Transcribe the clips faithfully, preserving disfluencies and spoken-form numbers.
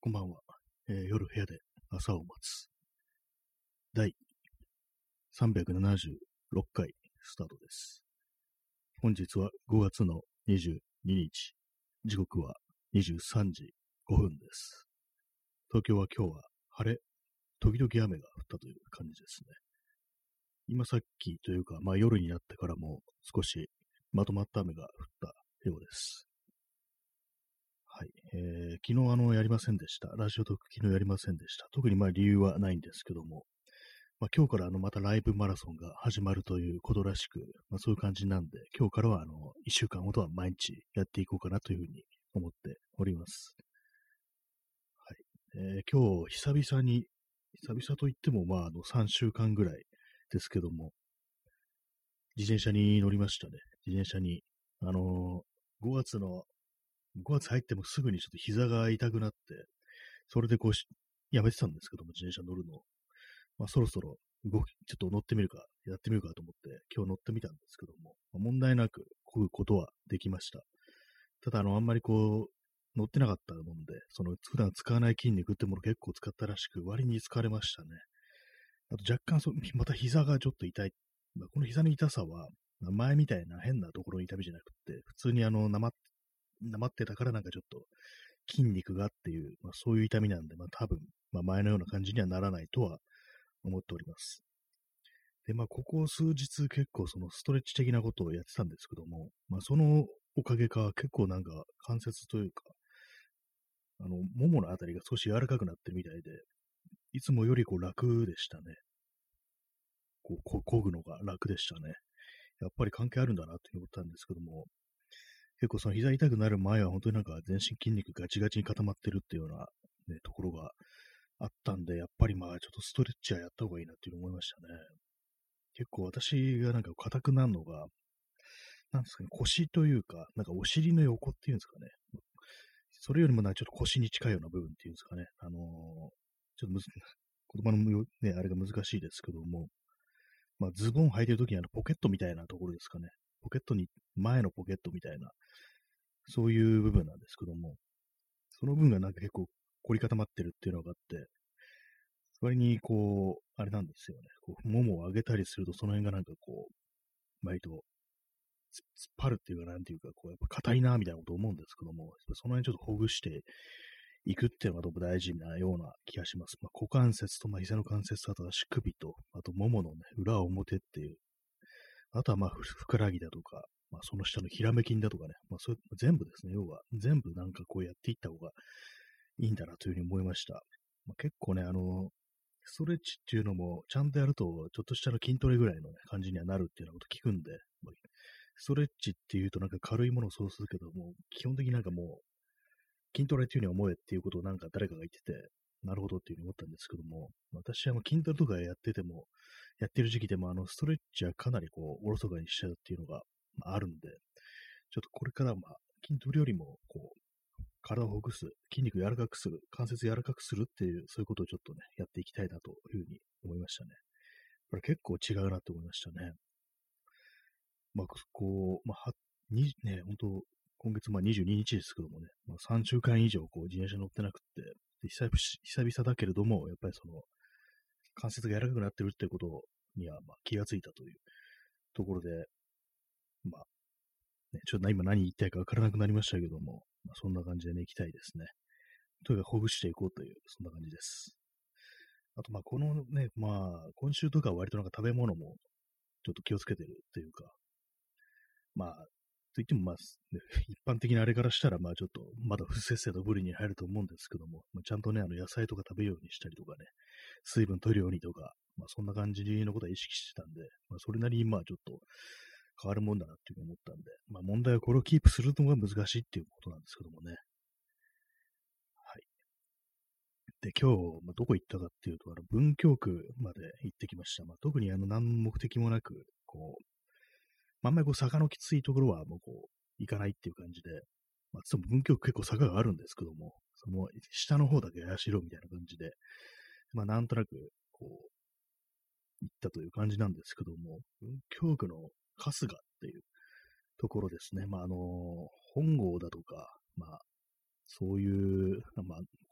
こんばんは、えー夜部屋で朝を待つ。だいさんびゃくななじゅうろっかいスタートです。本日はごがつのにじゅうににち。時刻はにじゅうさんじごふんです。東京は今日は晴れ、時々雨が降ったという感じですね。今さっきというか、まあ夜になってからも少しまとまった雨が降ったようです。はい。えー、昨日あの、やりませんでした。ラジオトーク昨日やりませんでした。特にまあ理由はないんですけども、まあ、今日からあのまたライブマラソンが始まるということらしく、まあ、そういう感じなんで、今日からはあのいっしゅうかんほどは毎日やっていこうかなというふうに思っております。はい。えー今日久々に、久々といってもまああのさんしゅうかんぐらいですけども、自転車に乗りましたね。自転車に。あのーごがつの、ごがつ入ってもすぐにちょっと膝が痛くなって、それでこうし、やめてたんですけども、自転車乗るのを。まあ、そろそろ動き、ちょっと乗ってみるか、やってみるかと思って、今日乗ってみたんですけども、まあ、問題なく漕ぐことはできました。ただ、あの、あんまりこう、乗ってなかったもんで、その、普段使わない筋肉ってもの結構使ったらしく、割に疲れましたね。あと若干そ、また膝がちょっと痛い。まあ、この膝の痛さは、まあ前みたいな変なところの痛みじゃなくって、普通にあの、なま、なまってたからなんかちょっと筋肉がっていう、まあ、そういう痛みなんで、まあ多分、まあ前のような感じにはならないとは思っております。で、まあ、ここ数日結構そのストレッチ的なことをやってたんですけども、まあ、そのおかげか結構なんか関節というか、あの、もものあたりが少し柔らかくなってるみたいで、いつもよりこう楽でしたね。こう、こ漕ぐのが楽でしたね。やっぱり関係あるんだなって思ったんですけども、結構その膝痛くなる前は本当になんか全身筋肉ガチガチに固まってるっていうような、ね、ところがあったんで、やっぱりまあちょっとストレッチはやった方がいいなっていうふうに思いましたね。結構私がなんか硬くなるのが、なんですかね、腰というか、なんかお尻の横っていうんですかね。それよりもなんかちょっと腰に近いような部分っていうんですかね。あのーちょっとむず、言葉のよね、あれが難しいですけども、まあ、ズボン履いてるときにあのポケットみたいなところですかね。ポケットに、前のポケットみたいな、そういう部分なんですけども、その部分がなんか結構凝り固まってるっていうのがあって、割にこう、あれなんですよね。こう、ももを上げたりすると、その辺がなんかこう、割と突っ張るっていうか、なんていうか、こう、やっぱ硬いな、みたいなこと思うんですけども、その辺ちょっとほぐしていくっていうのがとても大事なような気がします。まあ、股関節と、まあ、膝の関節と、あと足首と、あともものね、裏表っていう、あとはまあ、ふふくらはぎだとか、まあ、その下のひらめ筋だとかね、まあ、そういう、全部ですね、要は、全部なんかこうやっていった方がいいんだなというふうに思いました。まあ、結構ね、あの、ストレッチっていうのも、ちゃんとやると、ちょっとしたの筋トレぐらいの、ね、感じにはなるっていうようなこと聞くんで、まあストレッチっていうとなんか軽いものを想像するけども、基本的になんかもう筋トレっていうふうに思えっていうことをなんか誰かが言ってて、なるほどっていうふうに思ったんですけども、私はもう筋トレとかやってても、やってる時期でもあのストレッチはかなりこう、おろそかにしちゃうっていうのが、まあ、あるんで、ちょっとこれからまあ、筋トレよりもこう、体をほぐす、筋肉柔らかくする、関節柔らかくするっていう、そういうことをちょっとね、やっていきたいなというふうに思いましたね。これ結構違うなって思いましたね。まあ、こう、まあ、は、に、ね、本当今月まあにじゅうににちですけどもね、まあ、さんしゅうかん以上こう自転車乗ってなくって、で久々久々だけれども、やっぱりその関節が柔らかくなってるってことにはまあ気がついたというところで、まあ、ね、ちょっと今何言いたいかわからなくなりましたけども、まあ、そんな感じでね、行きたいですね。とにかくほぐしていこうという、そんな感じです。あと、まあ、このね、まあ、今週とかは割となんか食べ物もちょっと気をつけてるというか、まあ、といっても、まあ、ね一般的なあれからしたら、まあちょっと、まだ不摂生とブリに入ると思うんですけども、まあ、ちゃんとね、あの野菜とか食べるようにしたりとかね、水分取るようにとか、まあそんな感じのことは意識してたんで、まあそれなりにまあちょっと変わるもんだなっていうふうに思ったんで、まあ問題はこれをキープするのが難しいっていうことなんですけどもね。はい。で、今日、まあ、どこ行ったかっていうと、あの文京区まで行ってきました。まあ特にあの何の目的もなく、こう、まあ、あんまりこう坂のきついところはもうこう、行かないっていう感じで、まあ、つっても文京区結構坂があるんですけども、その下の方だけ怪しろみたいな感じで、まあなんとなくこう、行ったという感じなんですけども、文京区の春日っていうところですね。まああの、本郷だとか、まあそういう、まあ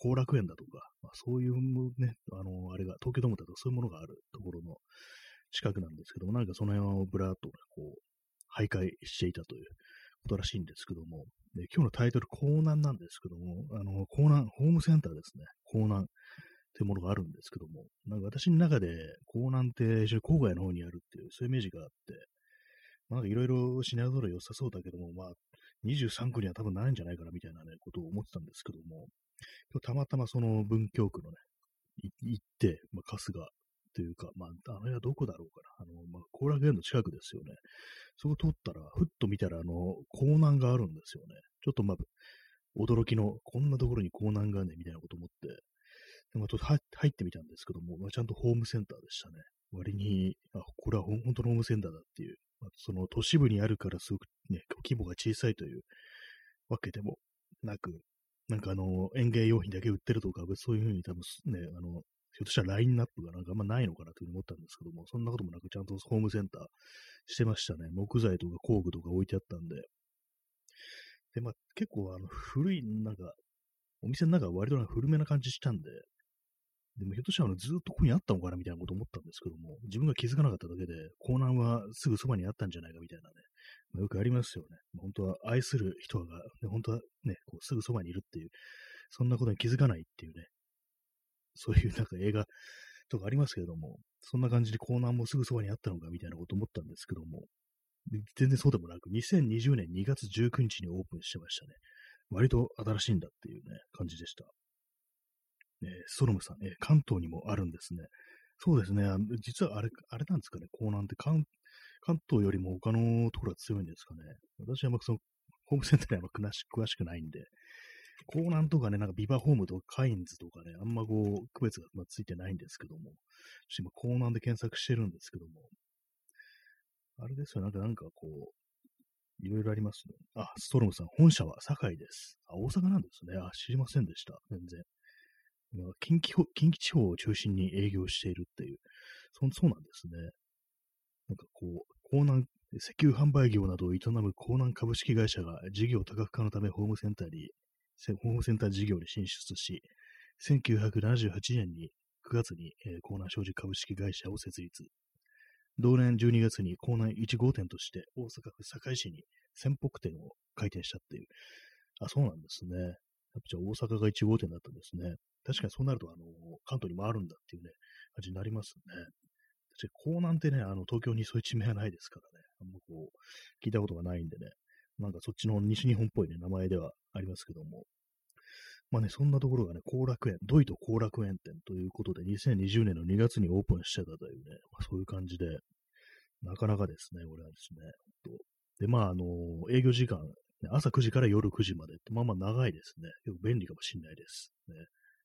後楽園だとか、まあ、そういうね、あの、あれが、東京ドームだとかそういうものがあるところの近くなんですけども、なんかその辺をぶらっとね、こう、徘徊していたということらしいんですけども、で今日のタイトル、港南なんですけども、あの、港南、ホームセンターですね。港南っていうものがあるんですけども、なんか私の中で、港南って非常に郊外の方にあるっていう、そういうイメージがあって、まあ、なんかいろいろ品揃え良さそうだけども、まあ、にじゅうさんくには多分ないんじゃないかなみたいなね、ことを思ってたんですけども、今日たまたまその文京区のね、い行って、まあ、春日というか、まあ、あの辺はどこだろうかな。あの、まあ、後楽園の近くですよね。そこ通ったら、ふっと見たら、あの、港南があるんですよね。ちょっとまあ、驚きの、こんなところに港南がね、みたいなこと思って、でまあ、ちょっと入入ってみたんですけども、まあ、ちゃんとホームセンターでしたね。割に、あ、これは本当のホームセンターだっていう、まあ、その都市部にあるからすごくね、規模が小さいというわけでもなく、なんかあの、園芸用品だけ売ってるとか、そういうふうに多分ね、あの、ひょっとしたらラインナップがなんかあんまないのかなというふうに思ったんですけども、そんなこともなくちゃんとホームセンターしてましたね。木材とか工具とか置いてあったんで。で、まあ結構あの古い、なんか、お店の中は割となんか古めな感じしたんで、でもひょっとしたらあのずっとここにあったのかなみたいなこと思ったんですけども、自分が気づかなかっただけで、港南はすぐそばにあったんじゃないかみたいなね、まあ、よくありますよね。本当は愛する人が、ね、本当はね、こうすぐそばにいるっていう、そんなことに気づかないっていうね、そういうなんか映画とかありますけれども、そんな感じで港南もすぐそばにあったのかみたいなこと思ったんですけども、全然そうでもなく、にせんにじゅうねんにがつじゅうくにちにオープンしてましたね。割と新しいんだっていうね、感じでした。えー、ストロムさん、えー、関東にもあるんですね。そうですね。あの実はあれ、あれなんですかね、港南って関、関東よりも他のところが強いんですかね。私はあんまその、ホームセンターにあんま詳し詳しくないんで、港南とかね、なんかビバホームとかカインズとかね、あんまこう、区別がまあついてないんですけども、ちょっと今、港南で検索してるんですけども、あれですよ、なんか、なんかこう、いろいろありますね。あ、ストロムさん、本社は堺です。あ、大阪なんですね。あ、知りませんでした。全然。近畿ほ、近畿地方を中心に営業しているっていう、そそうなんですね。なんかこう、港南、石油販売業などを営む港南株式会社が事業多角化のためホームセンターに、ホームセンター事業に進出し、せんきゅうひゃくななじゅうはちねんにくがつに、えー、港南商事株式会社を設立。同年じゅうにがつに港南いち号店として大阪府堺市に専北店を開店したっていう。あ、そうなんですね。やっぱじゃあ大阪がいち号店だったんですね。確かにそうなると、あの、関東にもあるんだっていうね、感じになりますね。確かに港南ってね、あの、東京にそういう地名はないですからね。あんまこう、聞いたことがないんでね。なんかそっちの西日本っぽいね、名前ではありますけども。まあね、そんなところがね、後楽園、ドイと後楽園店ということで、にせんにじゅうねんのにがつにオープンしてたというね、まあ、そういう感じで、なかなかですね、これはですね。で、まあ、あの、営業時間、朝くじから夜くじまでって、まあまあ長いですね。結構便利かもしれないです。ね、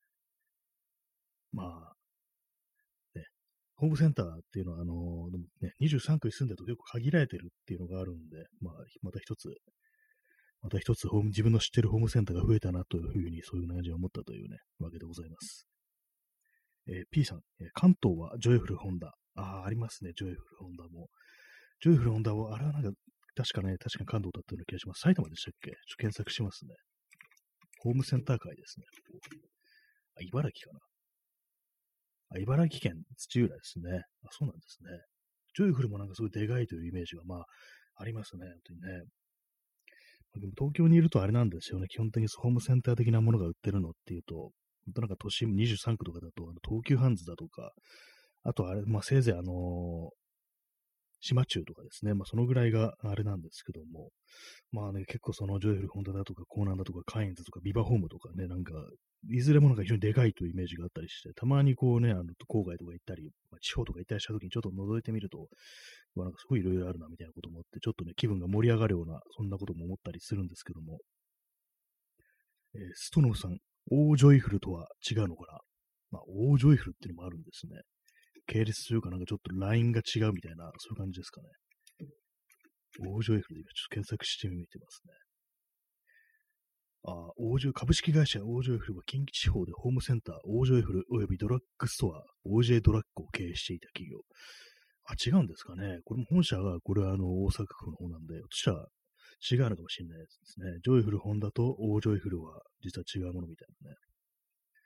まあ、ね、ホームセンターっていうのは、あの、でもね、にじゅうさんくに住んでると結構限られてるっていうのがあるんで、まあ、また一つ、また一つホーム、自分の知ってるホームセンターが増えたなというふうに、そういう感じを思ったというね、わけでございます。えー、P さん、えー関東はジョイフルホンダ。ああ、ありますね、ジョイフルホンダも。ジョイフルホンダは、あれはなんか、確かね、確かに関東だったような気がします。埼玉でしたっけ？ちょっと検索しますね。ホームセンター会ですね。あ、茨城かな。あ、茨城県土浦ですね。あ、そうなんですね。ジョイフルもなんかすごいでかいというイメージが、まあ、ありますね。本当にね。でも東京にいるとあれなんですよね。基本的にホームセンター的なものが売ってるのっていうと、本当なんか都心にじゅうさんくとかだと、あの東急ハンズだとか、あとあれ、まあせいぜいあのー島中とかですね。まあそのぐらいがあれなんですけども、まあね、結構そのジョイフルホンダだとか、コーナーだとか、カインズとか、ビバホームとかね、なんか、いずれもなんか非常にでかいというイメージがあったりして、たまにこうね、あの、郊外とか行ったり、まあ、地方とか行ったりした時にちょっと覗いてみると、まあ、なんかすごいいろいろあるなみたいなこともあって、ちょっとね、気分が盛り上がるような、そんなことも思ったりするんですけども、えーストノーさん、オージョイフルとは違うのかな。まあ、オージョイフルっていうのもあるんですね。系列というかなんかちょっとラインが違うみたいな、そういう感じですかね。オージョイフルで今ちょっと検索してみてますね。あ、オージョイ、株式会社オージョイフルは近畿地方でホームセンター、オージョイフル及びドラッグストア、オージェー ドラッグを経営していた企業。あ、違うんですかね。これも本社が、これはあの、大阪府の方なんで、私は違うのかもしれないですね。ジョイフルホンダとオージョイフルは実は違うものみたいなね。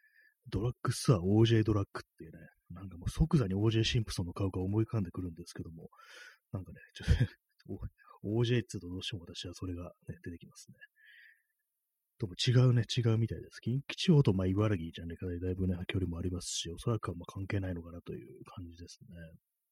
ドラッグストア オージェー ドラッグっていうね、なんかもう即座に オージェー シンプソンの顔が思い浮かんでくるんですけども、なんかね、ちょっとオージェー って言うとどうしても私はそれがね、出てきますね。でも違うね、違うみたいです。近畿地方とまあ茨城じゃねえかでだいぶね、距離もありますし、おそらくはまあ関係ないのかなという感じですね。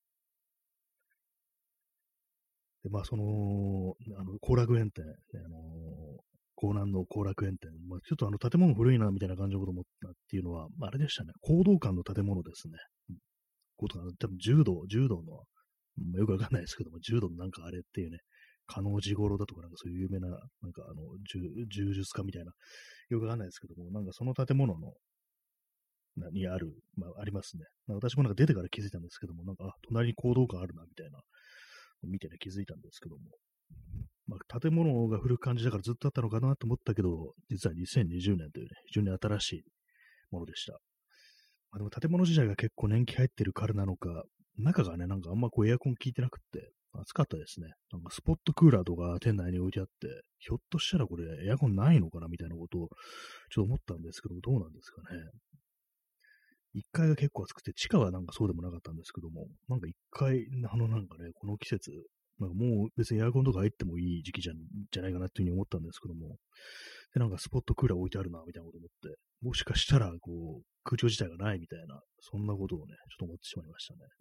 で、まあその、あの、後楽園店、ね、あのー江南の後楽園店、まあ、ちょっとあの建物古いなみたいな感じのこと思ったっていうのは、まあ、あれでしたね、講道館の建物ですね。こうとか、多分柔道、柔道の、まあ、よくわかんないですけども、柔道のなんかあれっていうね、加納治五郎だとかなんかそういう有名な、なんかあの、柔柔術家みたいな、よくわかんないですけども、なんかその建物の、なにある、まあ、ありますね。まあ、私もなんか出てから気づいたんですけども、なんか、あ、隣に講道館あるな、みたいな、見てね、気づいたんですけども、まあ、建物が古く感じだからずっとあったのかなと思ったけど、実はにせんにじゅうねんというね、非常に新しいものでした。まあ、でも建物自体が結構年季入ってるからなのか、中がね、なんかあんまこうエアコン効いてなくって、暑かったですね。なんかスポットクーラーとか店内に置いてあって、ひょっとしたらこれエアコンないのかなみたいなことをちょっと思ったんですけども、どうなんですかね。いっかいが結構暑くて、地下はなんかそうでもなかったんですけども、なんかいっかい、あのなんかね、この季節、なんかもう別にエアコンとか入ってもいい時期じゃじゃないかなっていうふうに思ったんですけども、で、なんかスポットクーラー置いてあるな、みたいなこと思って、もしかしたら、こう、空調自体がないみたいな、そんなことをね、ちょっと思ってしまいましたね。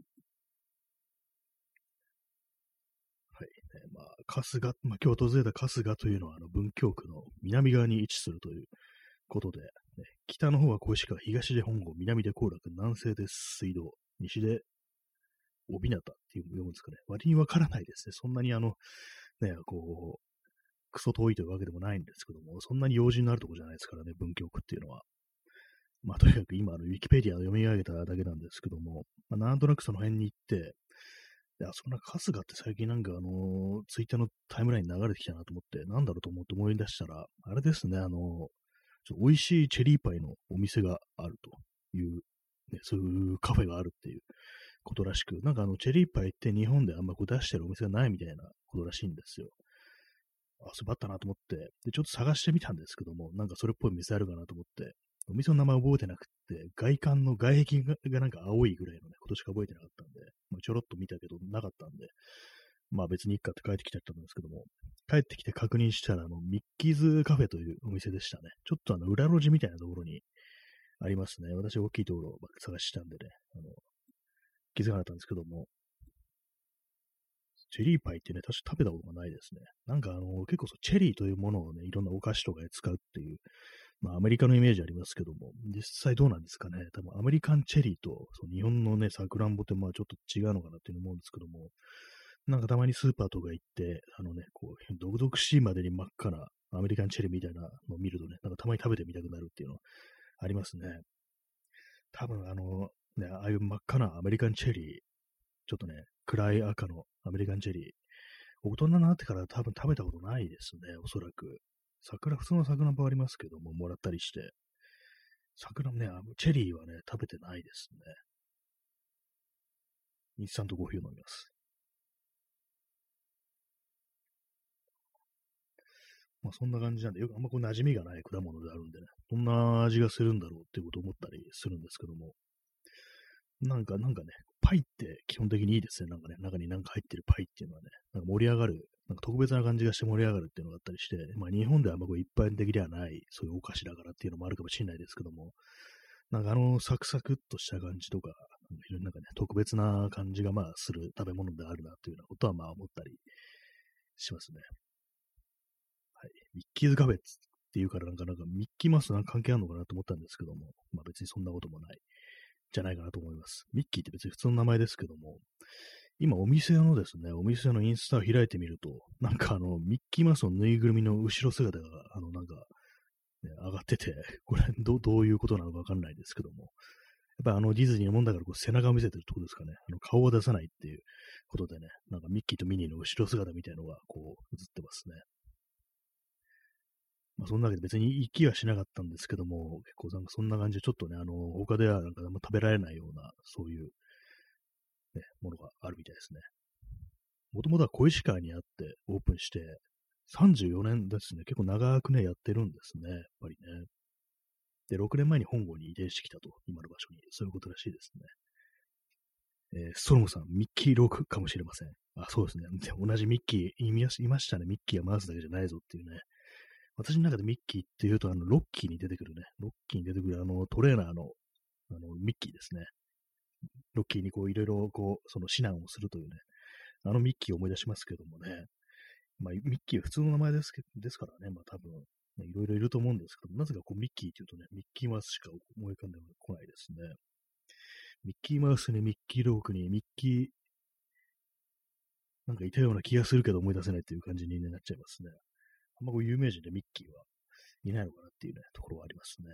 はい。ね、まあ、春日、まあ、今日訪れた春日というのは、あの、文京区の南側に位置するということで、ね、北の方は小石川、東で本郷、南で後楽、南西で水道、西で帯名っていう読むんですかね。割にわからないですね。そんなにあの、ね、こう、クソ遠いというわけでもないんですけども、そんなに用心のあるところじゃないですからね、文京区っていうのは。まあ、とにかく今、あの、ウィキペディアを読み上げただけなんですけども、まあ、なんとなくその辺に行って、で、あそこなんか春日って最近なんかあのーツイッターのタイムラインに流れてきたなと思って、なんだろうと思って思い出したら、あれですね、あのーちょっと美味しいチェリーパイのお店があるという、ね、そういうカフェがあるっていうことらしく、なんかあの、チェリーパイって日本であんまこう出してるお店がないみたいなことらしいんですよ。あ、そうばったなと思って、で、ちょっと探してみたんですけども、なんかそれっぽい店あるかなと思って、お店の名前覚えてなくって、外観の外壁ががなんか青いぐらいのね、ことしか覚えてなかったんで、まあ、ちょろっと見たけどなかったんで、まあ別にいいかって帰ってきちゃったんですけども、帰ってきて確認したら、あの、ミッキーズカフェというお店でしたね。ちょっとあの、裏路地みたいなところにありますね。私大きいところを探したんでね、あの、気づかなかったんですけども、チェリーパイってね、確か食べたことがないですね。なんかあの、結構そう、チェリーというものをね、いろんなお菓子とかで使うっていう、まあアメリカのイメージありますけども、実際どうなんですかね。多分アメリカンチェリーとそう日本のね、サクランボってまあちょっと違うのかなっていうの思うんですけども、なんかたまにスーパーとか行って、あのね、こう、毒々しいまでに真っ赤なアメリカンチェリーみたいなのを見るとね、なんかたまに食べてみたくなるっていうのありますね。多分あの、ね、ああいう真っ赤なアメリカンチェリー、ちょっとね、暗い赤のアメリカンチェリー、大人になってから多分食べたことないですね、おそらく。桜、普通の桜もありますけども、もらったりして。桜ね、あのチェリーはね、食べてないですね。インスタントコーヒーを飲みます。まあそんな感じなんで、よくあんまこう馴染みがない果物であるんでね、どんな味がするんだろうっていうことを思ったりするんですけども、なんか、なんかね、パイって基本的にいいですね。なんかね、中になんか入ってるパイっていうのはね、なんか盛り上がる、なんか特別な感じがして盛り上がるっていうのがあったりして、まあ日本ではあんまこう一般的ではない、そういうお菓子だからっていうのもあるかもしれないですけども、なんかあのサクサクっとした感じとか、非常になんかね、特別な感じがまあする食べ物であるなというようなことはまあ思ったりしますね。はい。ミッキーズカフェっていうからなんかなんかミッキーマウスとなんか関係あるのかなと思ったんですけども、まあ別にそんなこともない。じゃないかなと思います。ミッキーって別に普通の名前ですけども、今お店のですね、お店のインスタを開いてみると、なんかあの、ミッキーマウスのぬいぐるみの後ろ姿が、あの、なんか、ね、上がってて、これど、どういうことなのかわかんないですけども、やっぱりあのディズニーのもんだからこう背中を見せてるところですかね。あの顔を出さないっていうことでね、なんかミッキーとミニーの後ろ姿みたいのがこう映ってますね。まあそんなわけで別に行きはしなかったんですけども、結構なんかそんな感じでちょっとね、あの、他ではなんかあんま食べられないような、そういうね、ものがあるみたいですね。もともとは小石川にあってオープンしてさんじゅうよねんですね。結構長くね、やってるんですね。やっぱりね。 で、ろくねんまえに本郷に移転してきたと、今の場所に。そういうことらしいですね。えーストロムさん、ミッキーロークかもしれません。あ、そうですね。で同じミッキーいまいましたね。ミッキーはマウスだけじゃないぞっていうね。私の中でミッキーっていうと、あの、ロッキーに出てくるね。ロッキーに出てくるあの、トレーナーの、あの、ミッキーですね。ロッキーにこう、いろいろこう、その指南をするというね。あのミッキーを思い出しますけどもね。まあ、ミッキーは普通の名前ですけですからね。まあ多分、まあいろいろいると思うんですけども、なぜかこう、ミッキーっていうとね、ミッキーマウスしか思い浮かんでこないですね。ミッキーマウスにミッキーロークにミッキー、なんかいたような気がするけど思い出せないっていう感じになっちゃいますね。あんまこう有名人でミッキーはいないのかなっていうね、ところはありますね。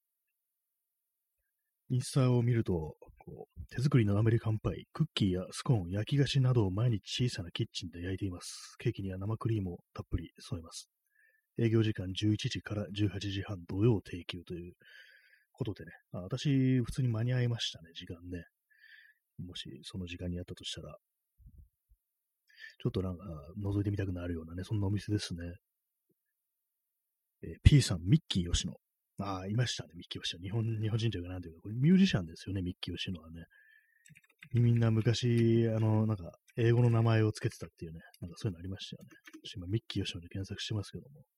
インスタを見ると、こう手作りのアメリカンパイ、クッキーやスコーン、焼き菓子などを毎日小さなキッチンで焼いています。ケーキには生クリームをたっぷり添えます。営業時間じゅういちじからじゅうはちじはん土曜定休ということでね、あ私、普通に間に合いましたね、時間ね。もしその時間にあったとしたら、ちょっとなんか覗いてみたくなるようなね、そんなお店ですね。えー、P さん、ミッキー吉野。ああ、いましたね、ミッキー吉野。日本、日本人というか、なんていうか、これミュージシャンですよね、ミッキー吉野はね。みんな昔、あの、なんか、英語の名前をつけてたっていうね、なんかそういうのありましたよね。私今、ミッキー吉野で検索してますけども。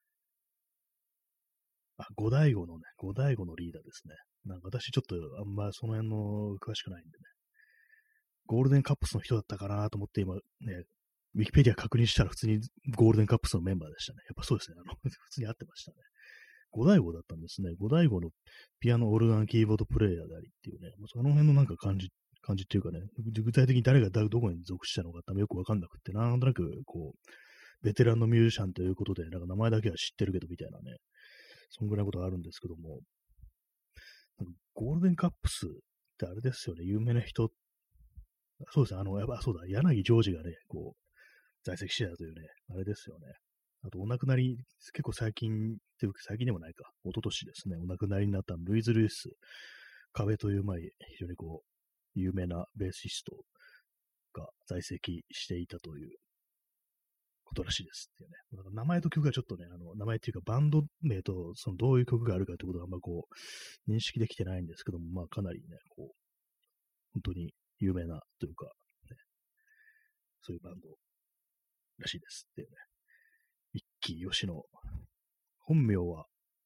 あ、五大悟のね、五大悟のリーダーですね。なんか私ちょっとあんまその辺の詳しくないんでね。ゴールデンカップスの人だったかなと思って今ね、ウィキペディア確認したら普通にゴールデンカップスのメンバーでしたね。やっぱそうですね。あの、普通に合ってましたね。五大悟だったんですね。五大悟のピアノ、オルガン、キーボードプレイヤーでありっていうね、その辺のなんか感じ、感じっていうかね、具体的に誰がどこに属したのかよくわかんなくって、なんとなくこう、ベテランのミュージシャンということで、なんか名前だけは知ってるけどみたいなね、そんぐらいのことがあるんですけども、ゴールデンカップスってあれですよね、有名な人、そうですね、あの、やっぱそうだ、柳ジョージがね、こう、在籍してたというね、あれですよね。あと、お亡くなり、結構最近、っていうか最近でもないか、一昨年ですね、お亡くなりになったルイズ・ルイス、壁という、まあ、非常にこう、有名なベーシストが在籍していたということらしいですっていうね。だから名前と曲がちょっとね、あの、名前っていうかバンド名とそのどういう曲があるかということがあんまこう、認識できてないんですけども、まあかなりね、こう、本当に有名なというか、ね、そういうバンドらしいですっていうね。一木吉野。本名は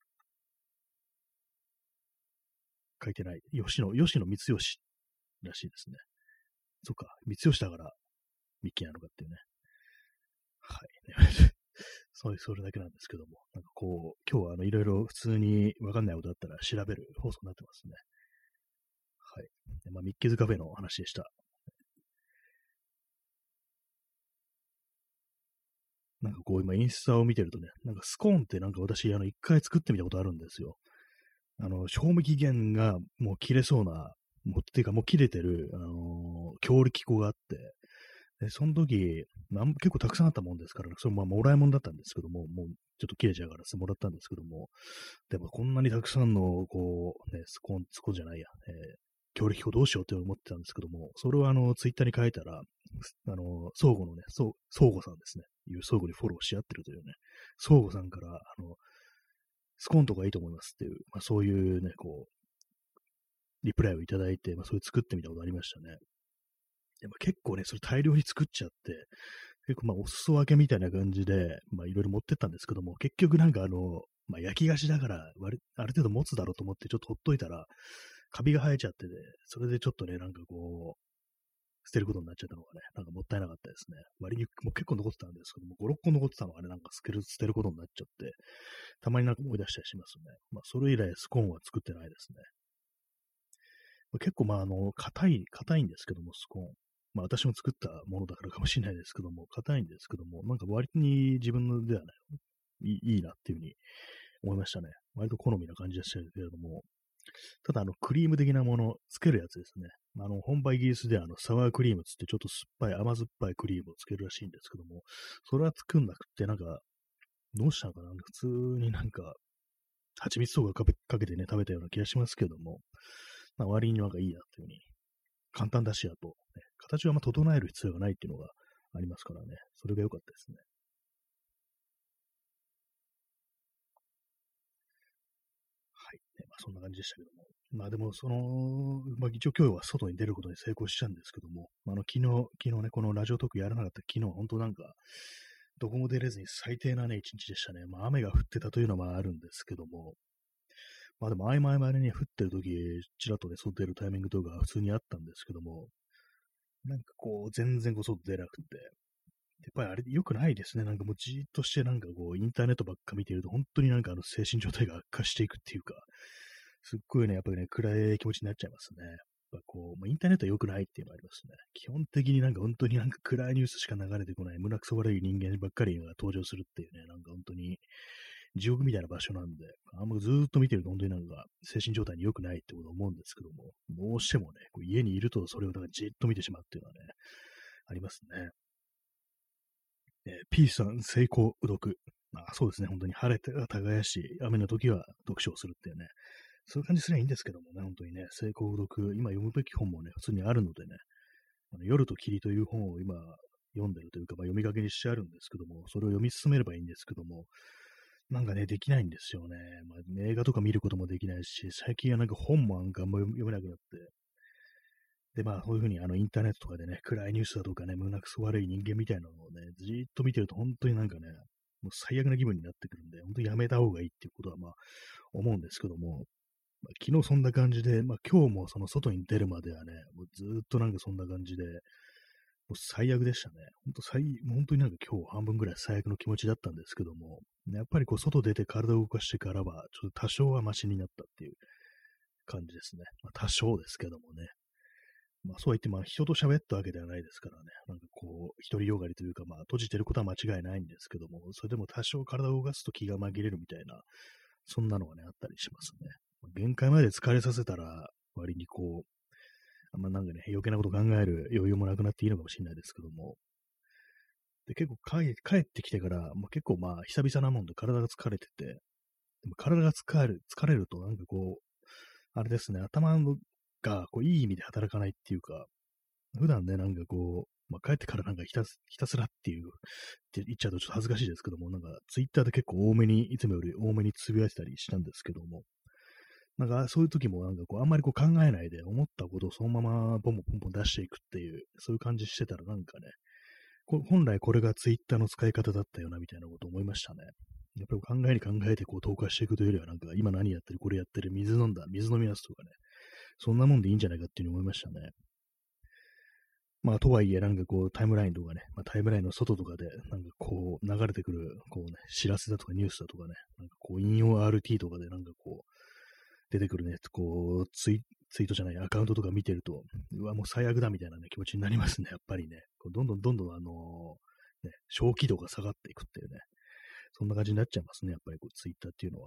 書いてない。吉野、吉野光義らしいですね。そっか、光義だからミッキーなのかっていうね。はい。そういう、それだけなんですけども。なんかこう、今日はあの、いろいろ普通にわかんないことだったら調べる放送になってますね。はい。でまあ、ミッキーズカフェのお話でした。なんかこう今インスタを見てるとね、なんかスコーンってなんか私あの一回作ってみたことあるんですよ。あの、賞味期限がもう切れそうな、もうっていうかもう切れてる、あのー強力粉があって、で、その時、なん結構たくさんあったもんですから、それもまあもらい物だったんですけども、もうちょっと切れちゃうからもらったんですけども、でもこんなにたくさんの、こう、ね、スコーン、スコーンじゃないや、えー強力粉どうしようって思ってたんですけども、それをあの、ツイッターに書いたら、あの、相互のね、相相互さんですね、いう相互にフォローし合ってるというね、相互さんから、あの、スコーンとかいいと思いますっていう、まあ、そういうね、こう、リプライをいただいて、まあ、それ作ってみたことありましたね。でも結構ね、それ大量に作っちゃって、結構まあお裾分けみたいな感じで、まあいろいろ持ってったんですけども、結局なんかあの、まあ焼き菓子だから割、ある程度持つだろうと思ってちょっとほっといたら、カビが生えちゃってて、それでちょっとね、なんかこう、捨てることになっちゃったのがね、なんかもったいなかったですね。割にもう結構残ってたんですけども、ご、ろっこ残ってたのがね、なんか捨てる、捨てることになっちゃって、たまになんか思い出したりしますね。まあそれ以来スコーンは作ってないですね。結構まああの、硬い、硬いんですけども、スコーン。まあ私も作ったものだからかもしれないですけども、硬いんですけども、なんか割に自分のではね、いいいいなっていうふうに思いましたね。割と好みな感じでしたけれども、ただあの、クリーム的なもの、つけるやつですね。あの、本場イギリスではあの、サワークリームつってちょっと酸っぱい、甘酸っぱいクリームをつけるらしいんですけども、それは作んなくって、なんか、どうしたのかな普通になんか、蜂蜜とかかけかけてね、食べたような気がしますけども、まあ、割になんかいいなっていうふうに、簡単だし、あと、ね、形をあんま整える必要がないっていうのがありますからね、それが良かったですね。はい。 そんな感じでしたけども。まあでも、その、まあ一応今日は外に出ることに成功したんですけども、まあ、あの昨日、昨日ね、このラジオトークやらなかった昨日は本当なんか、どこも出れずに最低なね、一日でしたね。まあ雨が降ってたというのはあるんですけども、まあでも曖昧々に降ってる時、ちらっとね、外出るタイミングとか普通にあったんですけども、なんかこう、全然こう外出なくて、やっぱりあれ良くないですね。なんかもうじーっとしてなんかこう、インターネットばっか見てると、本当になんかあの精神状態が悪化していくっていうか、すっごいね、やっぱりね、暗い気持ちになっちゃいますね。やっぱこう、まあ、インターネットは良くないっていうのがありますね。基本的になんか本当になんか暗いニュースしか流れてこない、胸くそ悪い人間ばっかりが登場するっていうね、なんか本当に地獄みたいな場所なんで、あんまずーっと見てると本当になんか精神状態に良くないってことを思うんですけども、どうしてもね、こう家にいるとそれをなんかじっと見てしまうっていうのはね、ありますね。えー、P さん、成功、うどく。まあ、そうですね。本当に晴れては耕し、雨の時は読書をするっていうね。そういう感じすればいいんですけどもね、本当にね、成功、うどく、今読むべき本もね、普通にあるのでね、あの夜と霧という本を今読んでるというか、まあ、読みかけにしてあるんですけども、それを読み進めればいいんですけども、なんかね、できないんですよね。まあ、映画とか見ることもできないし、最近はなんか本もなんかあんま読めなくなって、で、まあ、そういうふうにあのインターネットとかでね、暗いニュースだとかね、胸くそ悪い人間みたいなのをね、じーっと見てると本当になんかね、もう最悪な気分になってくるんで、本当にやめた方がいいっていうことはまあ思うんですけども、まあ、昨日そんな感じで、まあ今日もその外に出るまではね、もうずーっとなんかそんな感じで、もう最悪でしたね。本当最、もう本当になんか今日半分ぐらい最悪の気持ちだったんですけども、やっぱりこう外出て体を動かしてからは、ちょっと多少はマシになったっていう感じですね。まあ多少ですけどもね。まあそうは言って、まあ人と喋ったわけではないですからね。なんかこう、独りよがりというか、まあ閉じてることは間違いないんですけども、それでも多少体を動かすと気が紛れるみたいな、そんなのがね、あったりしますね。限界まで疲れさせたら、割にこう、あんまなんかね、余計なこと考える余裕もなくなっていいのかもしれないですけども、で結構帰帰ってきてから、まあ、結構まあ久々なもんで体が疲れてて、でも体が疲れる、疲れるとなんかこう、あれですね、頭がこういい意味で働かないっていうか、普段ね、なんかこう、まあ、帰ってからなんかひたすひたすらっていう、って言っちゃうとちょっと恥ずかしいですけども、なんかツイッターで結構多めに、いつもより多めにつぶやいてたりしたんですけども、なんかそういう時もなんかこう、あんまりこう考えないで思ったことをそのままポンポンポンポン出していくっていう、そういう感じしてたらなんかね、こ本来これがツイッターの使い方だったよなみたいなことを思いましたね。やっぱり考えに考えてこう投下していくというよりはなんか今何やってる、これやってる、水飲んだ、水飲みますとかね、そんなもんでいいんじゃないかっていうふうに思いましたね。まあ、とはいえ、なんかこう、タイムラインとかね、まあ、タイムラインの外とかで、なんかこう、流れてくる、こうね、知らせだとかニュースだとかね、なんかこう、引用 アールティー とかでなんかこう、出てくるね、こう、ツイ、ツイートじゃない、アカウントとか見てると、うわ、もう最悪だみたいなね、気持ちになりますね、やっぱりね。こうどんどんどんどん、あのーね、正気度が下がっていくっていうね、そんな感じになっちゃいますね、やっぱりこう、ツイッターっていうのは。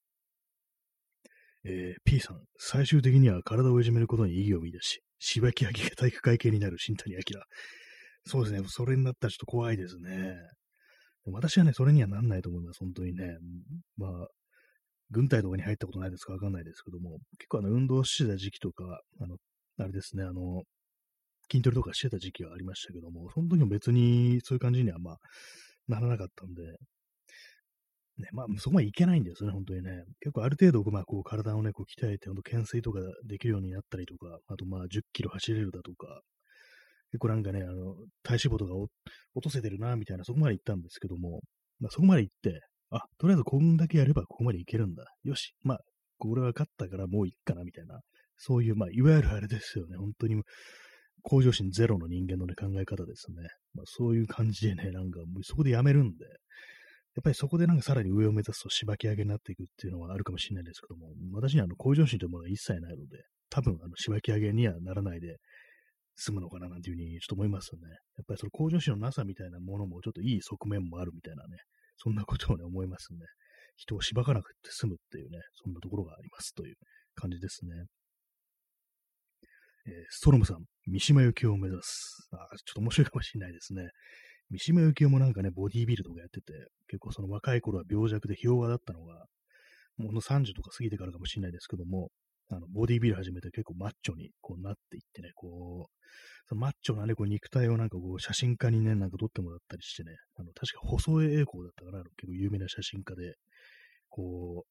えー、P さん、最終的には体をいじめることに意義を見出し、しばき上げが体育会系になる新谷明。そうですね。それになったらちょっと怖いですね。私はね、それにはなんないと思います。本当にね。まあ、軍隊とかに入ったことないですかわかんないですけども、結構あの、運動してた時期とか、あの、あれですね、あの、筋トレとかしてた時期はありましたけども、その時も別にそういう感じにはまあ、ならなかったんで、ね、まあ、そこまでいけないんですよね、本当にね。結構ある程度、まあ、こう、体をね、こう、鍛えて、ほんと、懸垂とかできるようになったりとか、あと、まあ、じゅっキロ走れるだとか、結構なんかね、あの、体脂肪とかを落とせてるな、みたいな、そこまで行ったんですけども、まあ、そこまで行って、あ、とりあえずこんだけやればここまでいけるんだ。よし、まあ、これは勝ったからもういいかな、みたいな、そういう、まあ、いわゆるあれですよね、本当に、向上心ゼロの人間のね、考え方ですね。まあ、そういう感じでね、なんか、もうそこでやめるんで、やっぱりそこでなんかさらに上を目指すとしばき上げになっていくっていうのはあるかもしれないですけども、私にはあの向上心というものは一切ないので、多分あのしばき上げにはならないで済むのかななんていうふうにちょっと思いますよね。やっぱりその向上心のなさみたいなものもちょっといい側面もあるみたいなね、そんなことをね、思いますね。人をしばかなくて済むっていうね、そんなところがありますという感じですね。えーストロムさん、三島由紀夫を目指す。あー、ちょっと面白いかもしれないですね。三島由紀夫もなんかね、ボディービルとかやってて、結構その若い頃は病弱でひ弱だったのが、もうのさんじゅうとか過ぎてからかもしれないですけども、あの、ボディービル始めて結構マッチョにこうなっていってね、こう、そのマッチョなね、こう肉体をなんかこう写真家にね、なんか撮ってもらったりしてね、あの、確か細江栄光だったかな、結構有名な写真家で、こう、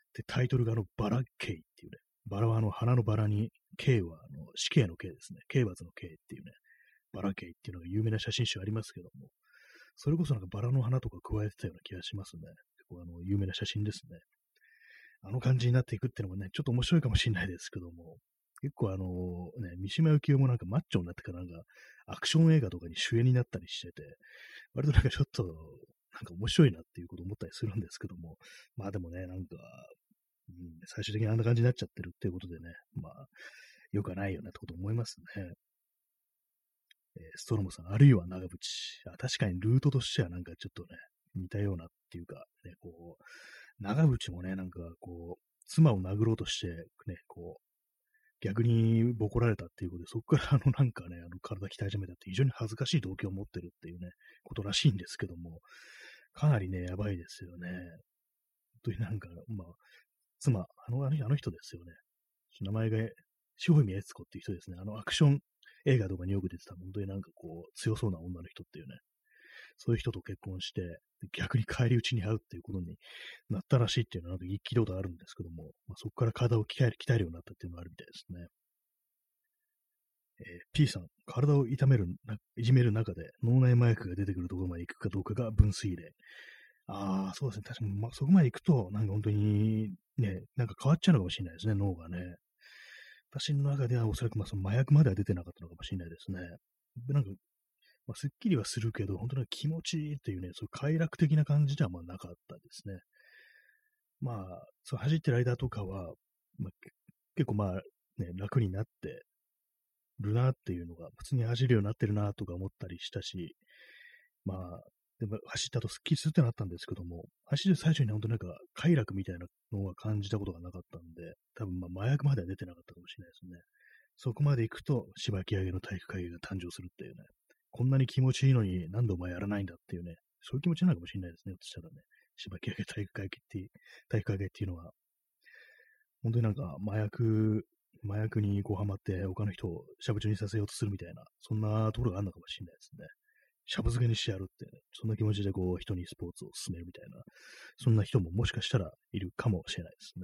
で、タイトルがあの、バラケイっていうね、バラはあの、花のバラに、ケイはあの、死刑の刑ですね。刑罰の刑っていうね、バラケイっていうのが有名な写真集ありますけども、それこそなんかバラの花とか加えてたような気がしますね。結構あの、有名な写真ですね。あの感じになっていくっていうのもね、ちょっと面白いかもしれないですけども、結構あのね、三島由紀夫もなんかマッチョになってからなんか、アクション映画とかに主演になったりしてて、割となんかちょっと、なんか面白いなっていうことを思ったりするんですけども、まあでもね、なんか、うん、最終的にあんな感じになっちゃってるっていうことでね、まあ、よくはないよなってこと思いますね。えーストロムさん、あるいは長渕。あ、確かにルートとしてはなんかちょっとね、似たようなっていうか、ね、こう、長渕もね、なんかこう、妻を殴ろうとして、ね、こう、逆にボコられたっていうことで、そこからあのなんかね、あの体鍛え始めたって非常に恥ずかしい動機を持ってるっていうね、ことらしいんですけども、かなりね、やばいですよね。本当になんか、まあ、妻、あの、あのあの人ですよね。名前が、志保美悦子っていう人ですね。あのアクション映画とかによく出てた、本当になんかこう、強そうな女の人っていうね、そういう人と結婚して、逆に返り討ちに遭うっていうことになったらしいっていうのは、なんか聞いたことあるんですけども、まあ、そこから体を鍛える、鍛えるようになったっていうのがあるみたいですね。えー P さん、体を痛めるな、いじめる中で脳内麻薬が出てくるところまで行くかどうかが分水嶺。ああ、そうですね。確かに、まあ、そこまで行くと、なんか本当にね、なんか変わっちゃうのかもしれないですね、脳がね。私の中ではおそらくまあその麻薬までは出てなかったのかもしれないですね。でなんか、まあ、すっきりはするけど、本当に気持ちいいっていうね、そういう快楽的な感じではまあなかったですね。まあ、そう走ってる間とかは、まあ、結構まあ、ね、楽になってるなっていうのが、普通に走るようになってるなとか思ったりしたし、まあ、でも走った後スッキリするってなったんですけども、走る最初に本当なんか快楽みたいなのは感じたことがなかったんで、多分まあ麻薬までは出てなかったかもしれないですね。そこまで行くと、芝木上げの体育会系が誕生するっていうね、こんなに気持ちいいのになんでお前やらないんだっていうね、そういう気持ちなのかもしれないですね、そしたらね。芝木上げ体育会系っていう、体育会系っていうのは、本当になんか麻薬、麻薬にこうハマって他の人をしゃぶ中にさせようとするみたいな、そんなところがあるのかもしれないですね。しゃぶ漬けにしてやるって、ね、そんな気持ちでこう人にスポーツを進めるみたいな、そんな人ももしかしたらいるかもしれないですね。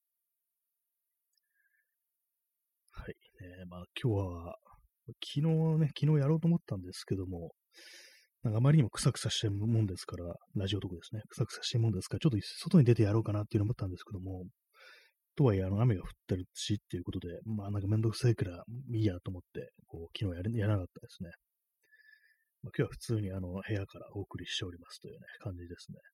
はい。ね、まあ今日は、昨日ね、昨日やろうと思ったんですけども、なんかあまりにもクサクサしてるもんですから、ラジオとかですね、クサクサしてるもんですから、ちょっと外に出てやろうかなっていうのを思ったんですけども、とはいえ、あの、雨が降ってるしっていうことで、まあなんかめんどくさいからいいやと思って、こう、昨日やれやらなかったですね。まあ、今日は普通にあの、部屋からお送りしておりますというね、感じですね。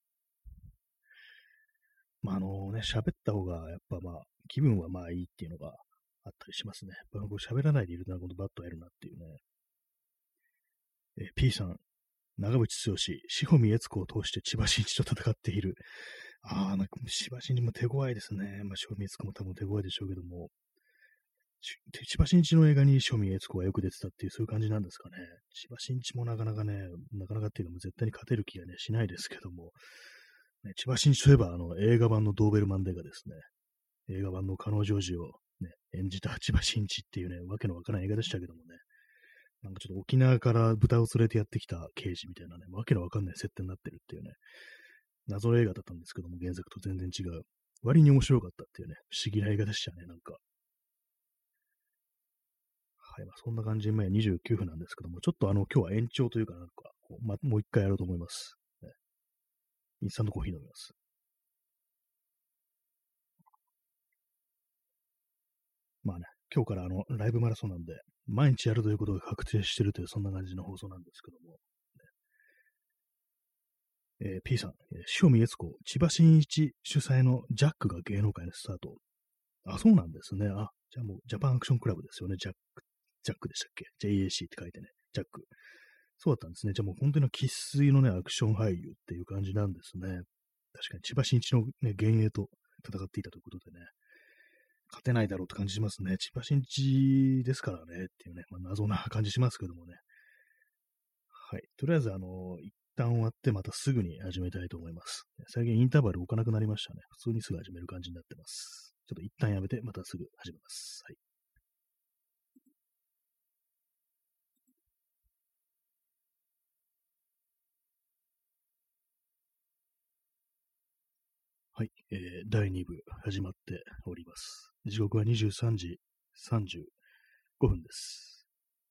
まああのね、喋った方が、やっぱまあ、気分はまあいいっていうのがあったりしますね。やっぱこう喋らないでいるとな、このバットやるなっていうね。えー P さん、長渕剛、志保美悦子を通して千葉真一と戦っている。ああ、なんか千葉真一も手強いですね。まあ、志保美悦子も多分手強いでしょうけども、し千葉真一の映画に志保美悦子がよく出てたっていう、そういう感じなんですかね。千葉真一もなかなかね、なかなかっていうか、もう絶対に勝てる気がね、しないですけども、ね、千葉真一といえば、あの、映画版のドーベルマンデがですね、映画版の加納ジョージを、ね、演じた千葉真一っていうね、わけのわからない映画でしたけどもね、なんかちょっと沖縄から豚を連れてやってきた刑事みたいなね、わけのわかんない設定になってるっていうね、謎映画だったんですけども、原作と全然違う。割に面白かったっていうね、不思議な映画でしたね、なんか。はい、まあ、そんな感じで、まあ、にじゅうきゅうふんなんですけども、ちょっとあの、今日は延長というか、なんか、こうま、もう一回やろうと思います。ね、インスタントコーヒー飲みます。まあね、今日からあの、ライブマラソンなんで、毎日やるということが確定してるという、そんな感じの放送なんですけども、えー P さん、えー塩見悦子、千葉真一主催のジャックが芸能界のスタート。あ、そうなんですね。あ、じゃあもう、ジャパンアクションクラブですよね。ジャック、ジャックでしたっけ？ ジェイエーシー って書いてね。ジャック。そうだったんですね。じゃあもう本当に生粋のね、アクション俳優っていう感じなんですね。確かに千葉真一のね、幻影と戦っていたということでね、勝てないだろうって感じしますね。千葉真一ですからねっていうね、まあ、謎な感じしますけどもね。はい。とりあえず、あの、一旦終わってまたすぐに始めたいと思います。最近インターバル置かなくなりましたね。普通にすぐ始める感じになってます。ちょっと一旦やめて、またすぐ始めます。はい。はい。 えー、だいに部始まっております。時刻はにじゅうさんじさんじゅうごふんです。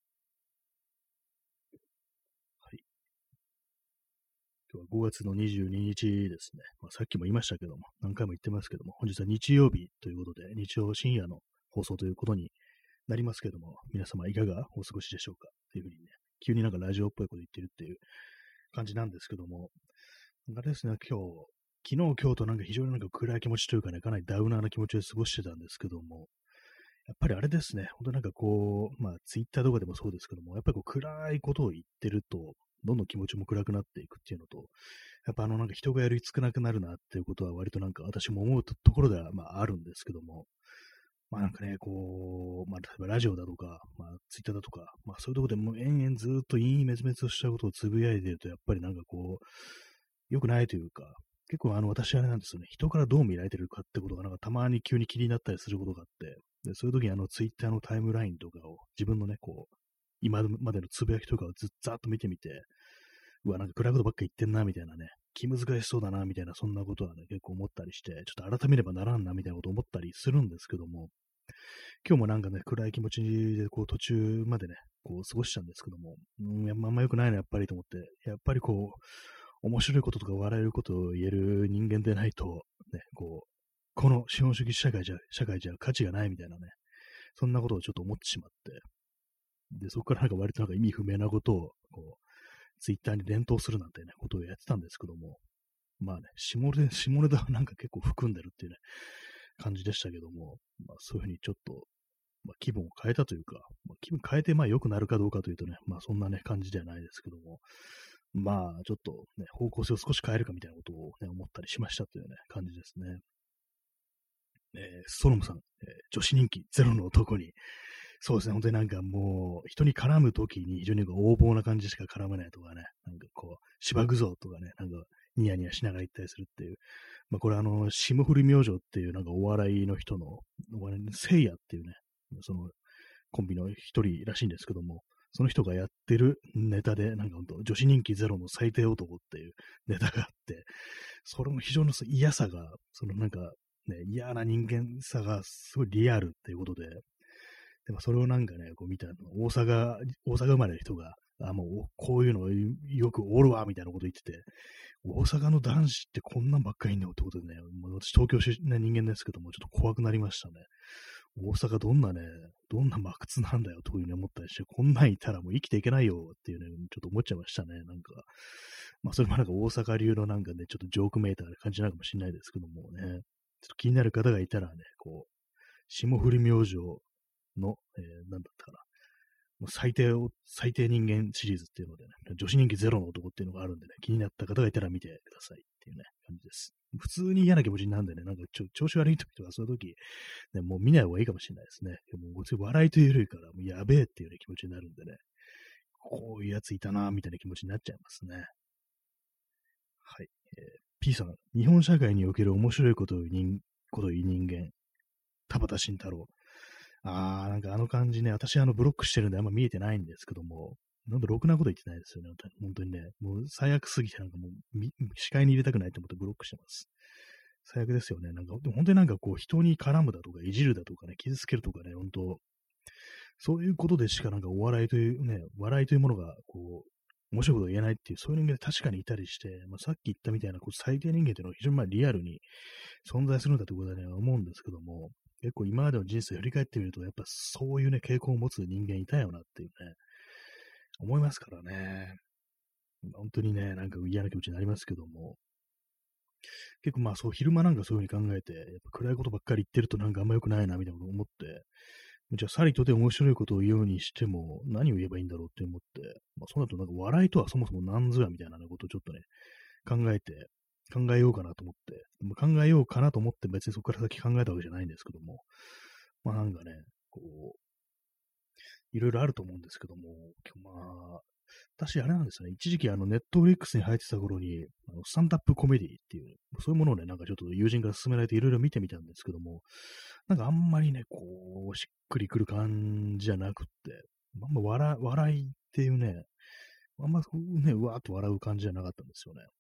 はい。今日はごがつのにじゅうににちですね。まあ、さっきも言いましたけども、何回も言ってますけども、本日は日曜日ということで、日曜深夜の放送ということになりますけども、皆様いかがお過ごしでしょうかというふうにね、急になんかラジオっぽいこと言ってるっていう感じなんですけども、あれですね、今日、昨日、今日となんか非常になんか暗い気持ちというかね、かなりダウナーな気持ちで過ごしてたんですけども、やっぱりあれですね、本当なんかこう、まあ、ツイッターとかでもそうですけども、やっぱりこう暗いことを言ってると、どんどん気持ちも暗くなっていくっていうのと、やっぱあのなんか人がやりつくなくなるなっていうことは割となんか私も思うところではまああるんですけども、まあなんかね、こう、まあ例えばラジオだとか、まあツイッターだとか、まあそういうところでもう延々ずっといい滅滅としたことをつぶやいてると、やっぱりなんかこう、良くないというか、結構あの私はあれなんですよね、人からどう見られてるかってことがなんかたまに急に気になったりすることがあって、でそういう時にあのツイッターのタイムラインとかを自分のね、こう、今までのつぶやきとかをずっざーっと見てみて、うわ、なんか暗いことばっか言ってんな、みたいなね、気難しそうだな、みたいな、そんなことはね、結構思ったりして、ちょっと改めればならんな、みたいなことを思ったりするんですけども、今日もなんかね、暗い気持ちで、こう、途中までね、こう、過ごしたんですけども、うん、やあんま良くないな、やっぱりと思って、やっぱりこう、面白いこととか笑えることを言える人間でないと、ね、こう、この資本主義社会じゃ、社会じゃ価値がないみたいなね、そんなことをちょっと思ってしまって、で、そこからなんか割となんか意味不明なことを、こう、ツイッターに連投するなんてね、ことをやってたんですけども、まあね、下ネタ、下ネタはなんか結構含んでるっていうね、感じでしたけども、まあそういうふうにちょっと、まあ、気分を変えたというか、まあ、気分変えてまあ良くなるかどうかというとね、まあそんなね、感じではないですけども、まあちょっとね、方向性を少し変えるかみたいなことをね、思ったりしましたというね、感じですね。えー、ソロムさん、えー女子人気ゼロの男に、そうですね、本当になんかもう、人に絡むときに非常に横暴な感じしか絡めないとかね、なんかこう、しばくぞとかね、なんかニヤニヤしながら言ったりするっていう、まあこれあの、霜降り明星っていうなんかお笑いの人の、お笑いのせいやっていうね、そのコンビの一人らしいんですけども、その人がやってるネタで、なんか本当、女子人気ゼロの最低男っていうネタがあって、それも非常に嫌さが、そのなんかね、嫌な人間さがすごいリアルっていうことで、でもそれをなんかね、こう見たの、大阪、大阪生まれの人が、あ、もうこういうのよくおるわ、みたいなこと言ってて、大阪の男子ってこんなんばっかりいんのってことでね、もう私東京出身な人間ですけども、ちょっと怖くなりましたね。大阪どんなね、どんな真靴なんだよというふうに思ったりして、こんなんいたらもう生きていけないよっていうね、ちょっと思っちゃいましたね、なんか。まあそれもなんか大阪流のなんかね、ちょっとジョークメーターな感じなのかもしれないですけどもね、ちょっと気になる方がいたらね、こう、霜降り明星の、えー、なんだったかな。もう最低を、最低人間シリーズっていうのでね、女子人気ゼロの男っていうのがあるんでね、気になった方がいたら見てくださいっていうね、感じです。普通に嫌な気持ちになるんでね、なんかちょ調子悪い時とかそういう時、ね、もう見ない方がいいかもしれないですね。もう笑いというよりから、もうやべえっていう、ね、気持ちになるんでね、こういうやついたな、みたいな気持ちになっちゃいますね。はい。えー、P さん、日本社会における面白いことを言うことを言う人間、田畑慎太郎。あー、なんかあの感じね、私あのブロックしてるんであんま見えてないんですけども、なんだろくなこと言ってないですよね、本当にね。もう最悪すぎてなんかもう視界に入れたくないと思ってブロックしてます。最悪ですよね。なんか、本当になんかこう人に絡むだとか、いじるだとかね、傷つけるとかね、本当そういうことでしかなんかお笑いというね、笑いというものがこう、面白いことを言えないっていう、そういう人間確かにいたりして、まあ、さっき言ったみたいなこう最低人間というのは非常にまあリアルに存在するんだということはね、思うんですけども、結構今までの人生を振り返ってみると、やっぱそういうね、傾向を持つ人間いたよなっていうね、思いますからね。本当にね、なんか嫌な気持ちになりますけども、結構まあそう、昼間なんかそういう風に考えて、やっぱ暗いことばっかり言ってるとなんかあんま良くないな、みたいなことを思って、じゃあさりとて面白いことを言うにしても、何を言えばいいんだろうって思って、まあそうなるとなんか笑いとはそもそも何ぞやみたいなことをちょっとね、考えて、考えようかなと思って、まあ、考えようかなと思って別にそこから先考えたわけじゃないんですけども、まあなんかね、こう、いろいろあると思うんですけども、まあ、私、あれなんですよね。一時期、あの、ネットフリックスに入ってた頃に、あのスタンダップコメディっていう、そういうものをね、なんかちょっと友人から勧められていろいろ見てみたんですけども、なんかあんまりね、こう、しっくりくる感じじゃなくって、あんま笑笑いっていうね、あんまこうね、うわーっと笑う感じじゃなかったんですよね。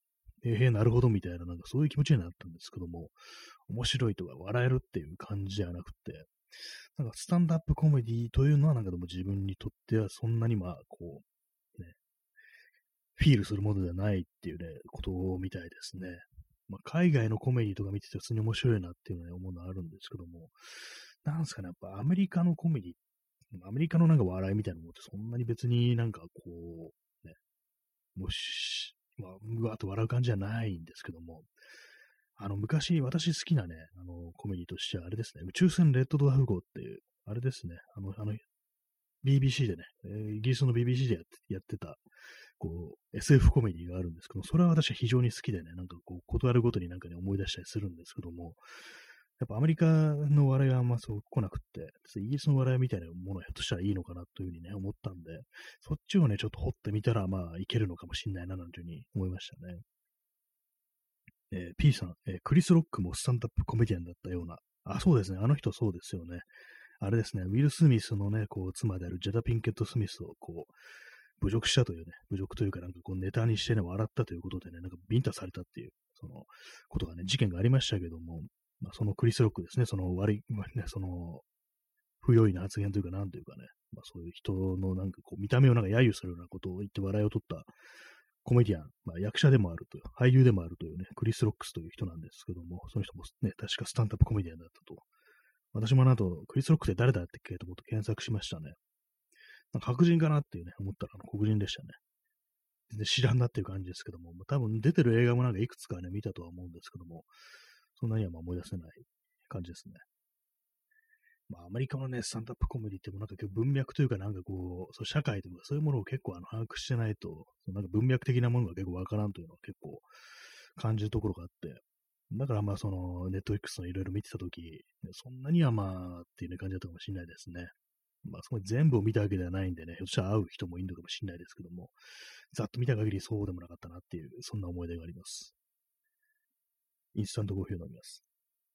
ええー、なるほどみたいな、なんかそういう気持ちになったんですけども、面白いとか笑えるっていう感じじゃなくて、なんかスタンダップコメディというのはなんかでも自分にとってはそんなにまあ、こう、ね、フィールするものではないっていうね、ことみたいですね。まあ、海外のコメディとか見てて普通に面白いなっていうのは思うのはあるんですけども、なんですかね、やっぱアメリカのコメディ、アメリカのなんか笑いみたいなものってそんなに別になんかこう、ね、もし、まあ、うわーっと笑う感じじゃないんですけども、あの、昔、私好きなね、あの、コメディとしてはあれですね、宇宙船レッドドワーフ号っていう、あれですね、あの、あの、ビービーシー でね、えーイギリスの ビービーシー でやってやってた、こう、エスエフ コメディがあるんですけど、それは私は非常に好きでね、なんかこう、ことあるごとになんかね、思い出したりするんですけども、やっぱアメリカの笑いがあんまそう来なくって、イギリスの笑いみたいなものはひょっとしたらいいのかなというふうにね、思ったんで、そっちをね、ちょっと掘ってみたら、まあ、いけるのかもしれないな、なんていうふうに思いましたね。えー P さん、えークリス・ロックもスタンダップコメディアンだったような。あ、そうですね。あの人そうですよね。あれですね。ウィル・スミスのね、こう、妻であるジェダ・ピンケット・スミスを、こう、侮辱したというね、侮辱というか、なんかこう、ネタにしてね、笑ったということでね、なんかビンタされたっていう、その、ことがね、事件がありましたけども、まあ、そのクリス・ロックですね、その悪い、まあね、その、不用意な発言というか、なんというかね、まあ、そういう人のなんかこう、見た目をなんか揶揄するようなことを言って笑いを取ったコメディアン、まあ、役者でもあるという、俳優でもあるというね、クリス・ロックスという人なんですけども、その人もね、確かスタンダップコメディアンだったと。私もあの後、クリス・ロックって誰だってっけと思って検索しましたね。なんか白人かなっていうね、思ったらあの黒人でしたね。全然知らんなっていう感じですけども、まあ、多分出てる映画もなんかいくつかね、見たとは思うんですけども、そんなにはまあ思い出せない感じですね。まあ、アメリカのね、スタンダップコメディってもなんか結構文脈というかなんかこう、そう社会とかそういうものを結構あの把握してないと、なんか文脈的なものが結構わからんというのは結構感じるところがあって、だからまあそのネットフリックスのいろいろ見てたとき、そんなにはまあっていう、ね、感じだったかもしれないですね。まあそこ全部を見たわけではないんでね、ひょっとしたら会う人もいるのかもしれないですけども、ざっと見た限りそうでもなかったなっていう、そんな思い出があります。インスタントコーヒーを飲みます。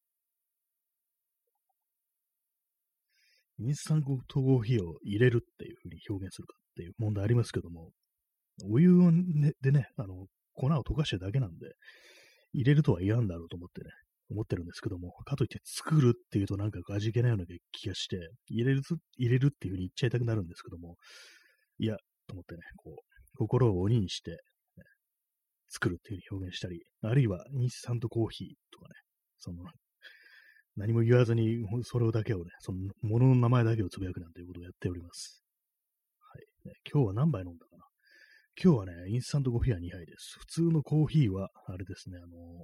インスタントコーヒーを入れるっていう風に表現するかっていう問題ありますけども、お湯をね、でね、あの、粉を溶かしてるだけなんで、入れるとは言わんだろうと思ってね、思ってるんですけども、かといって作るっていうとなんか味気ないような気がして、入れる、入れるっていう風に言っちゃいたくなるんですけども、いや、と思ってね、こう、心を鬼にして、ね、作るっていう風に表現したり、あるいはインスタントコーヒーとかね、その、何も言わずに、それをだけをね、そのものの名前だけをつぶやくなんていうことをやっております。はい。ね、今日は何杯飲んだかな。今日はね、インスタントコーヒーはにはいです。普通のコーヒーは、あれですね、あの、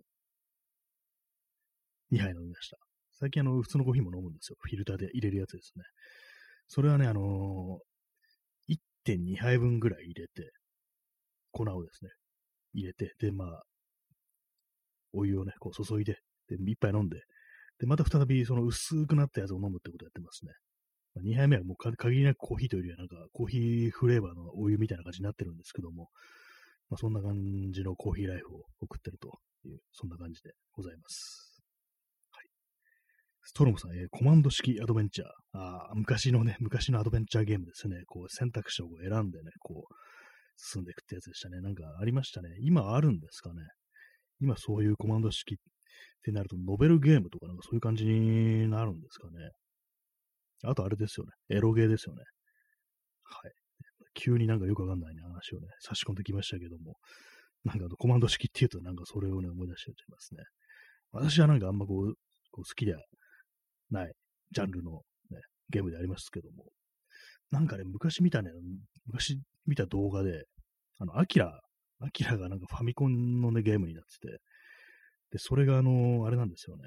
にはい飲みました。最近あの、普通のコーヒーも飲むんですよ。フィルターで入れるやつですね。それはね、あのいってんにはいぶんぐらい入れて、粉をですね、入れて、で、まあ、お湯をね、こう注いで、で、一杯飲んで、で、また再びその薄くなったやつを飲むってことをやってますね。まあ、にはいめはもう限りなくコーヒーというよりは、なんかコーヒーフレーバーのお湯みたいな感じになってるんですけども、まあ、そんな感じのコーヒーライフを送ってるという、そんな感じでございます。はい。ストロムさん、えーコマンド式アドベンチャー。あ昔のね、昔のアドベンチャーゲームですね。こう選択肢を選んでね、こう進んでいくってやつでしたね。なんかありましたね。今あるんですかね。今そういうコマンド式ってなると、ノベルゲームとかなんかそういう感じになるんですかね。あとあれですよね。エロゲーですよね。はい。急になんかよくわかんないね、話をね、差し込んできましたけども、なんかあのコマンド式っていうとなんかそれをね、思い出しちゃいますね。私はなんかあんまこう、こう好きではないジャンルの、ね、ゲームでありますけども、なんかね、昔見たね、昔見た動画で、あの、アキラ、アキラがなんかファミコンのね、ゲームになってて、で、それがあの、あれなんですよね。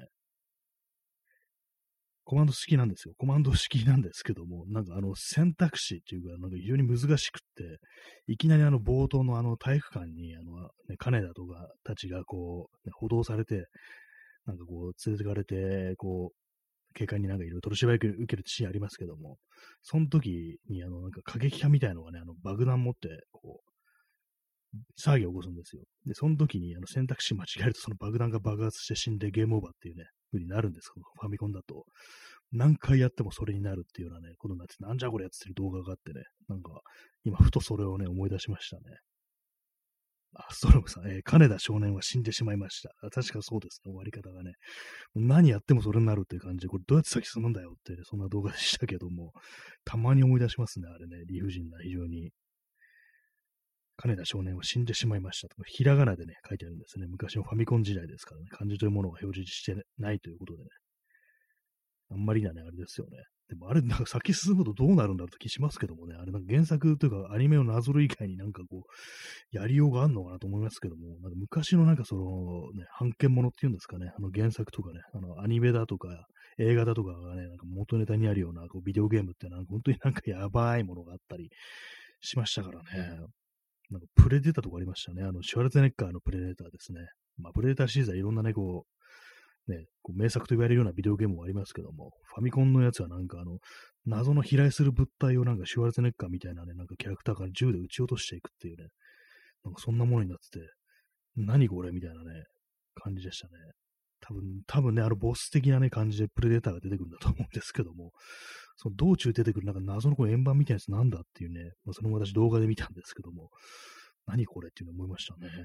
コマンド式なんですよ。コマンド式なんですけども、なんかあの選択肢っていうか、なんか非常に難しくって、いきなりあの冒頭のあの体育館に、あの、ね、金田とかたちがこう、ね、補導されて、なんかこう、連れてかれて、こう、警官になんかいろいろ取り調べ受けるシーンありますけども、その時にあの、なんか過激派みたいなのがね、あの爆弾持って、こう、騒ぎを起こすんですよ。で、その時にあの選択肢間違えるとその爆弾が爆発して死んでゲームオーバーっていうね、風になるんですけど、ファミコンだと。何回やってもそれになるっていうようなね、ことになって、なんじゃこれやってる動画があってね、なんか、今ふとそれをね、思い出しましたね。 あ、ストロムさん、えー金田少年は死んでしまいました。あ確かそうですね、終わり方がね。何やってもそれになるっていう感じで、これどうやって先進むんだよって、ね、そんな動画でしたけども、たまに思い出しますね、あれね、理不尽な非常に。金田少年は死んでしまいましたと。ひらがなでね、書いてあるんですね。昔のファミコン時代ですからね、漢字というものが表示してないということでね。あんまりなね、あれですよね。でもあれ、なんか先進むとどうなるんだろうって気しますけどもね。あれ、なんか原作というかアニメをなぞる以外になんかこう、やりようがあるのかなと思いますけども、なんか昔のなんかその、ね、版権ものっていうんですかね、あの原作とかね、あのアニメだとか映画だとかがね、なんか元ネタにあるようなこうビデオゲームってなんか本当になんかやばいものがあったりしましたからね。なんかプレデターとかありましたね。あの、シュワルツェネッカーのプレデターですね。まあ、プレデターシリーズはいろんなね、こう、ね、こう名作と言われるようなビデオゲームもありますけども、ファミコンのやつはなんかあの、謎の飛来する物体をなんかシュワルツェネッカーみたいなね、なんかキャラクターから銃で撃ち落としていくっていうね、なんかそんなものになってて、何これみたいなね、感じでしたね。多分、多分ね、あのボス的なね、感じでプレデターが出てくるんだと思うんですけども、その道中出てくるなんか謎のこう円盤みたいなやつなんだっていうね、まあ、それも私動画で見たんですけども、何これっていうのを思いましたね。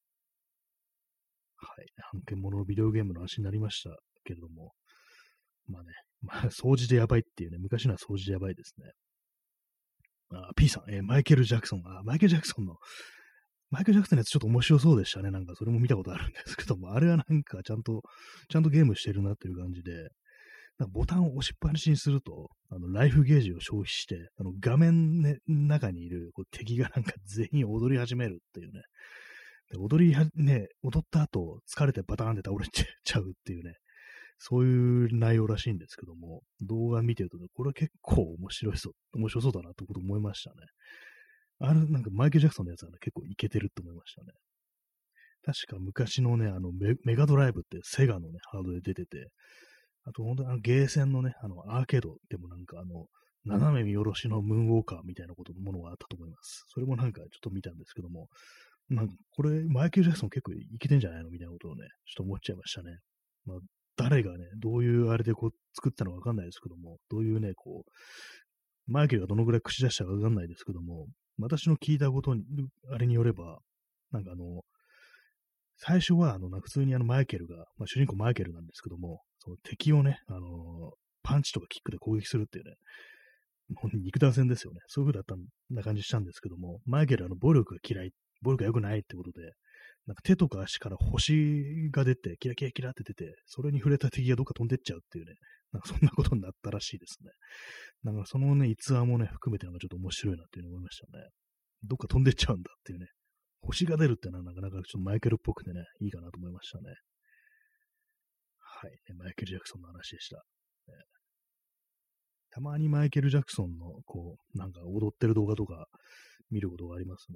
はい。半券もののビデオゲームの話になりましたけれども、まあね、まあ、掃除でやばいっていうね、昔のは掃除でやばいですね。あ、P さん、えーマイケル・ジャクソン、あ、マイケル・ジャクソンの、マイケル・ジャクソンのやつちょっと面白そうでしたね。なんかそれも見たことあるんですけども、あれはなんかちゃんと、ちゃんとゲームしてるなっていう感じで、なんかボタンを押しっぱなしにすると、あの、ライフゲージを消費して、あの、画面、ね、中にいるこう敵がなんか全員踊り始めるっていうね。で踊りは、ね、踊った後、疲れてバターンって倒れちゃうっていうね。そういう内容らしいんですけども、動画見てるとね、これ結構面白いそう、面白そうだなということ思いましたね。あれ、なんかマイケル・ジャクソンのやつはね、結構イケてるって思いましたね。確か昔のね、あのメ、メガドライブってセガのね、ハードで出てて、あと本当にあのゲーセンのね、あのアーケードでもなんかあの、斜め見下ろしのムーンウォーカーみたいなことのものがあったと思います。それもなんかちょっと見たんですけども、なんかこれマイケル・ジャクソン結構いけてんじゃないのみたいなことをね、ちょっと思っちゃいましたね。まあ、誰がね、どういうあれでこう作ったのかわかんないですけども、どういうね、こう、マイケルがどのぐらい口出したかわかんないですけども、私の聞いたことに、あれによれば、なんかあの、最初は、あの、普通にあの、マイケルが、まあ、主人公マイケルなんですけども、その敵をね、あの、パンチとかキックで攻撃するっていうね、もう肉弾戦ですよね。そういう風だったんな感じしたんですけども、マイケルはあの、暴力が嫌い、暴力が良くないってことで、なんか手とか足から星が出て、キラキラキラって出て、それに触れた敵がどっか飛んでっちゃうっていうね、なんかそんなことになったらしいですね。だからそのね、逸話もね、含めてなんかちょっと面白いなっていうのを思いましたね。どっか飛んでっちゃうんだっていうね。星が出るってのはなかなかちょっとマイケルっぽくてね、いいかなと思いましたね。はい、ね。マイケル・ジャクソンの話でした。ね、たまにマイケル・ジャクソンの、こう、なんか踊ってる動画とか見ることがありますね。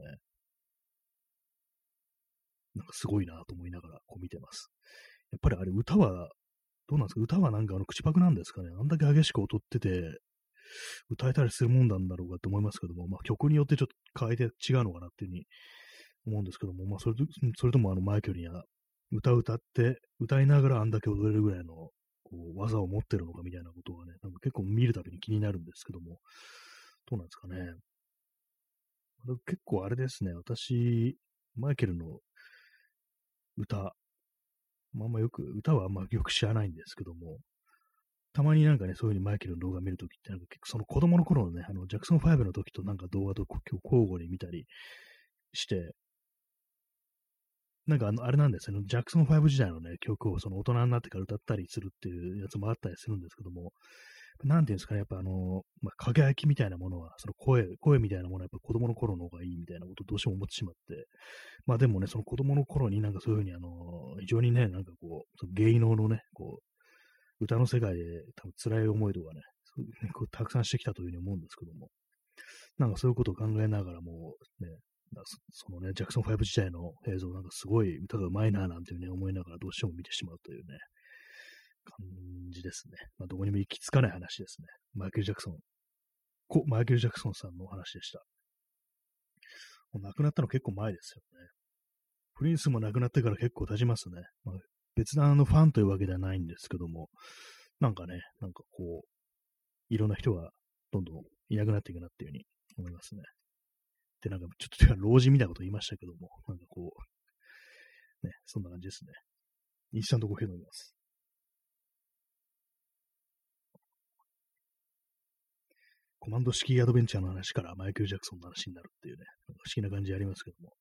なんかすごいなと思いながらこう見てます。やっぱりあれ歌は、どうなんですか？歌はなんかあの口パクなんですかね？あんだけ激しく踊ってて、歌えたりするもんなんだろうかって思いますけども、まあ曲によってちょっと変えて違うのかなっていうふうに思うんですけども、まあそれと、それともあのマイケルには歌歌って、歌いながらあんだけ踊れるぐらいのこう技を持ってるのかみたいなことがね、なんか結構見るたびに気になるんですけども、どうなんですかね。結構あれですね、私、マイケルの歌、まあんまよく、歌はあんまよく知らないんですけども、たまになんかね、そういう風にマイケルの動画見るときって、なんか結構その子供の頃のね、あの、ジャクソンファイブの時となんか動画とこう交互に見たりして、なんかあの、あれなんですよね、ジャクソンファイブ時代のね、曲をその大人になってから歌ったりするっていうやつもあったりするんですけども、なんていうんですかね、やっぱあの、まあ、輝きみたいなものは、その声、声みたいなものはやっぱ子供の頃の方がいいみたいなことをどうしても思ってしまって、まあでもね、その子供の頃になんかそういうふうにあの、非常にね、なんかこう、その芸能のね、こう、歌の世界で多分辛い思いとかね、そういうねこうたくさんしてきたというふうに思うんですけども、なんかそういうことを考えながらも、ね、そそのね、ジャクソンファイブ時代の映像、なんかすごい歌が上手いななんていうふうに思いながらどうしても見てしまうというね、感じですね。まあ、どこにも行き着かない話ですね。マイケル・ジャクソン、こマイケル・ジャクソンさんのお話でした。もう亡くなったの結構前ですよね。プリンスも亡くなってから結構経ちますね。まあ、別段のファンというわけではないんですけども、なんかね、なんかこう、いろんな人がどんどんいなくなっていくなっていうふうに思いますね。 ってなんかちょっと老人みたいなこと言いましたけども、なんかこう、ね、そんな感じですね。インスタントコーヒー飲みます。コマンド式アドベンチャーの話からマイケル・ジャクソンの話になるっていうね、なんか不思議な感じありますけども。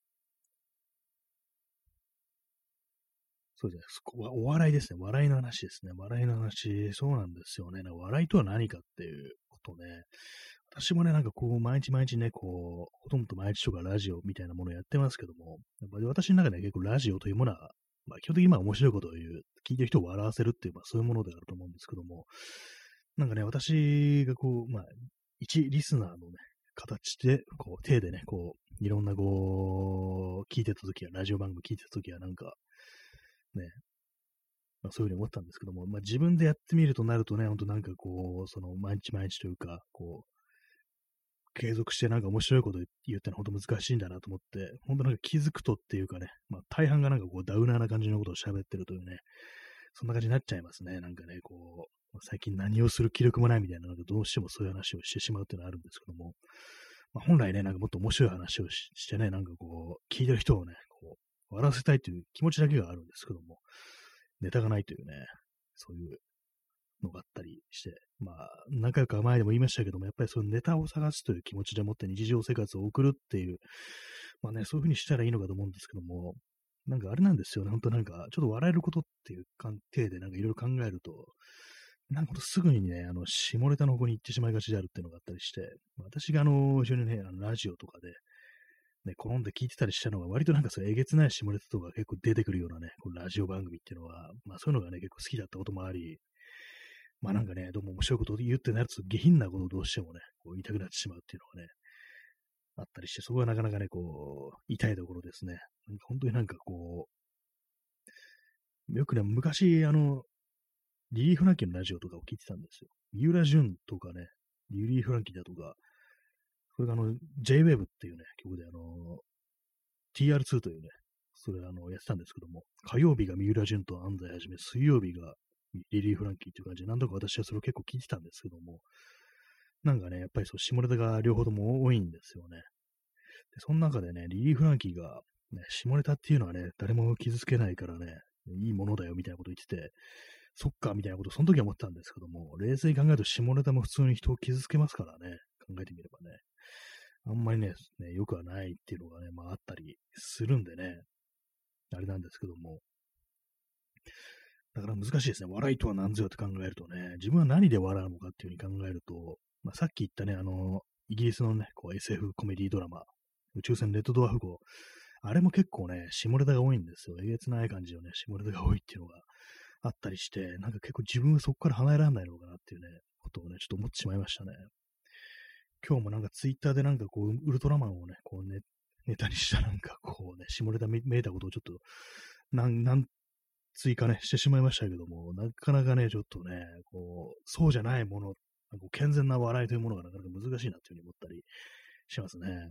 そうですね。お笑いですね。笑いの話ですね。笑いの話、そうなんですよね。なんか笑いとは何かっていうことね。私もね、なんかこう、毎日毎日ね、こう、ほとんど毎日とかラジオみたいなものをやってますけども、やっぱり私の中では結構ラジオというものは、まあ基本的にまあ面白いことを言う、聞いてる人を笑わせるっていう、まあそういうものであると思うんですけども、なんかね、私がこう、まあ、一リスナーのね、形で、こう、手でね、こう、いろんなこう、聞いてたときは、ラジオ番組聞いてたときは、なんか、ね、まあ、そういうふうに思ったんですけども、まあ、自分でやってみるとなるとね、ほんとなんかこう、その毎日毎日というか、こう、継続してなんか面白いこと言ってのは本当難しいんだなと思って、本当なんか気づくとっていうかね、まあ大半がなんかこうダウナーな感じのことを喋ってるというね、そんな感じになっちゃいますね。なんかね、こう、最近何をする気力もないみたいなので、どうしてもそういう話をしてしまうっていうのはあるんですけども、まあ、本来ね、なんかもっと面白い話をししてね、なんかこう、聞いてる人をね、こう、笑わせたいという気持ちだけがあるんですけども、ネタがないというね、そういうのがあったりして、まあ、何回か前でも言いましたけども、やっぱりそのネタを探すという気持ちでもって日常生活を送るっていう、まあね、そういうふうにしたらいいのかと思うんですけども、なんかあれなんですよね、本当なんか、ちょっと笑えることっていう関係でなんかいろいろ考えると、なんかほんとすぐにね、あの、下ネタの方に行ってしまいがちであるっていうのがあったりして、私があの、非常にね、あのラジオとかで、ね、好んで聞いてたりしたのが、割となんかそうえげつない下ネタとか結構出てくるようなね、こうラジオ番組っていうのは、まあそういうのがね、結構好きだったこともあり、まあなんかね、どうも面白いことを言ってなると下品なことをどうしてもね、こう言いたくなってしまうっていうのがね、あったりして、そこはなかなかね、こう、痛いところですね。なんか本当になんかこう、よくね、昔、あの、リリー・フランキーのラジオとかを聞いてたんですよ。三浦淳とかね、リリー・フランキーだとか、それがあの、J-Wave っていうね、曲であの、ティーアールツー というね、それあの、やってたんですけども、火曜日が三浦淳と安西はじめ、水曜日がリリー・フランキーっていう感じで、何度か私はそれを結構聞いてたんですけども、なんかね、やっぱりそう、下ネタが両方とも多いんですよね。で、その中でね、リリー・フランキーが、ね、下ネタっていうのはね、誰も傷つけないからね、いいものだよみたいなこと言ってて、そっか、みたいなことをその時は思ったんですけども、冷静に考えると下ネタも普通に人を傷つけますからね、考えてみればね。あんまりね、ね良くはないっていうのがね、まああったりするんでね、あれなんですけども、だから難しいですね。笑いとは何ぞやって考えるとね、自分は何で笑うのかっていうふうに考えると、まあ、さっき言ったね、あの、イギリスのね、こう エスエフ コメディドラマ、宇宙船レッドドワーフ号、あれも結構ね、下ネタが多いんですよ。えげつない感じのね、下ネタが多いっていうのがあったりして、なんか結構自分はそこから離れられないのかなっていうね、ことをね、ちょっと思ってしまいましたね。今日もなんかツイッターでなんかこう、ウルトラマンをね、こうね、ネタにしたなんかこうね、下ネタめめいたことをちょっと、なん、なん追加ね、してしまいましたけども、なかなかね、ちょっとね、こう、そうじゃないもの、こう健全な笑いというものがなかなか難しいなというふうに思ったりしますね。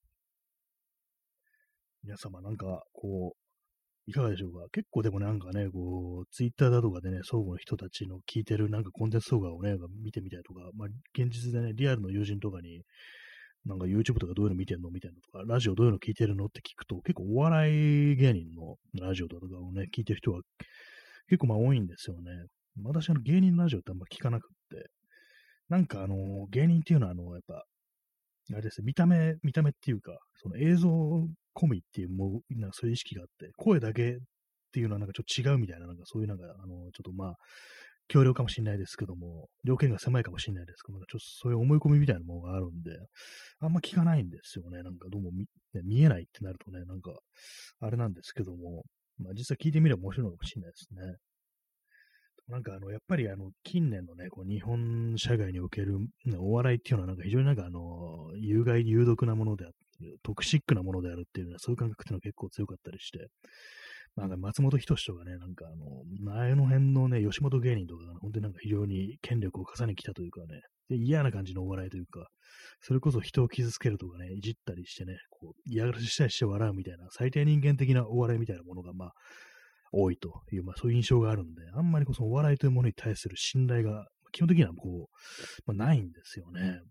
皆様なんか、こう、いかがでしょうか。結構でもなんかね、こう、ツイッターだとかでね、相互の人たちの聞いてるなんかコンテンツ動画をね、見てみたりとか、まあ、現実でね、リアルの友人とかに、なんか YouTube とかどういうの見てんのみたいなとか、ラジオどういうの聞いてるのって聞くと、結構お笑い芸人のラジオとかをね、聞いてる人は結構まあ多いんですよね。私あの芸人のラジオってあんま聞かなくって、なんかあの、芸人っていうのはあの、やっぱ、あれですね、見た目、見た目っていうか、その映像込みっていうもう、なんかそういう意識があって、声だけっていうのはなんかちょっと違うみたいな、なんかそういうなんか、あの、ちょっとまあ、強量かもしれないですけども、条件が狭いかもしれないですけども、なんかちょっとそういう思い込みみたいなものがあるんで、あんま聞かないんですよね。なんかどうも見、ね、見えないってなるとね、なんか、あれなんですけども、まあ実際聞いてみれば面白いのかもしれないですね。なんかあの、やっぱりあの、近年のね、こう日本社会における、ね、お笑いっていうのはなんか非常になんかあの、有害、有毒なものであって、トクシックなものであるっていうね、そういう感覚っていうのは結構強かったりして、なんか松本人志とかね、なんかあの、前の辺のね、吉本芸人とかが、本当になんか非常に権力を重ねてきたというかね、で嫌な感じのお笑いというか、それこそ人を傷つけるとかね、いじったりしてね、こう嫌がらせしたりして笑うみたいな、最低人間的なお笑いみたいなものが、まあ、多いという、まあそういう印象があるんで、あんまりこうそのお笑いというものに対する信頼が、基本的にはこう、まあ、ないんですよね。